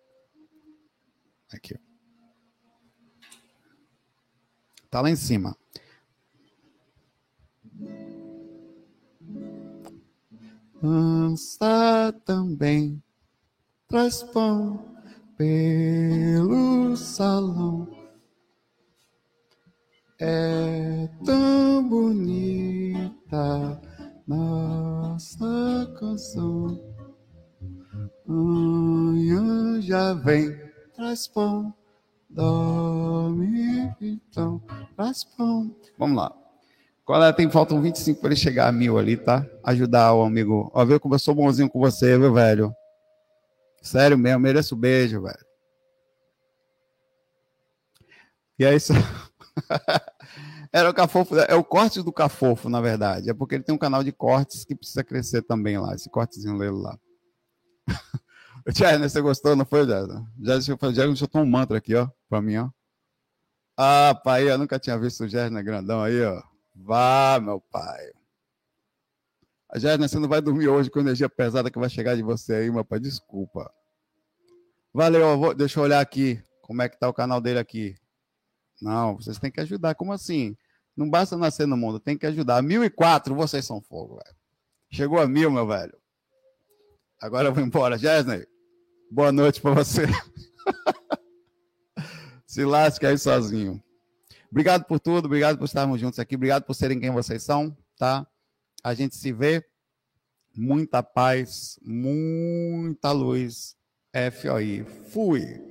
Aqui. Tá lá em cima. Dança também, traz pão pelo salão. É tão bonita nossa canção. Manhã já vem, traz pão, dorme então, traz pão. Vamos lá. Agora tem, faltam vinte e cinco para ele chegar a mil ali, tá? Ajudar o amigo. Ó, viu como eu sou bonzinho com você, viu, velho? Sério mesmo, mereço beijo, velho. E é isso. Era o Cafofo, é o corte do Cafofo, na verdade. É porque ele tem um canal de cortes que precisa crescer também lá, esse cortezinho dele lá. Tchau, você gostou, não foi, Jéssica? Já deixa eu tomar um mantra aqui, ó, pra mim, ó. Ah, pai, eu nunca tinha visto o Jéssica grandão aí, ó. Vá, meu pai. A Jéssica, você não vai dormir hoje com a energia pesada que vai chegar de você aí, meu pai, desculpa. Valeu, eu vou, deixa eu olhar aqui, como é que tá o canal dele aqui. Não, vocês têm que ajudar, como assim? Não basta nascer no mundo, tem que ajudar. Mil e quatro, vocês são fogo, velho. Chegou a mil, meu velho. Agora eu vou embora. Jéssica, boa noite para você. Se lasque aí sozinho. Obrigado por tudo, obrigado por estarmos juntos aqui, obrigado por serem quem vocês são, tá? A gente se vê. Muita paz, muita luz. F O I. Fui.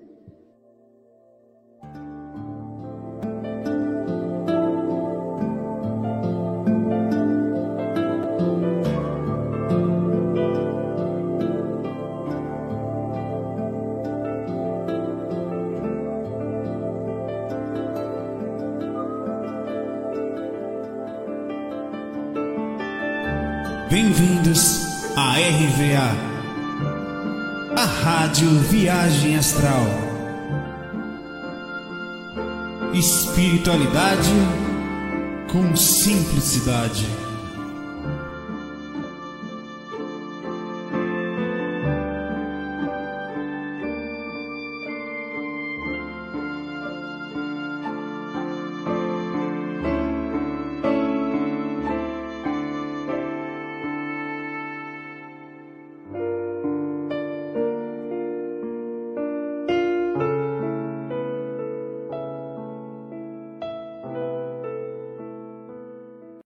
Bem-vindos à R V A, a Rádio Viagem Astral. Espiritualidade com simplicidade.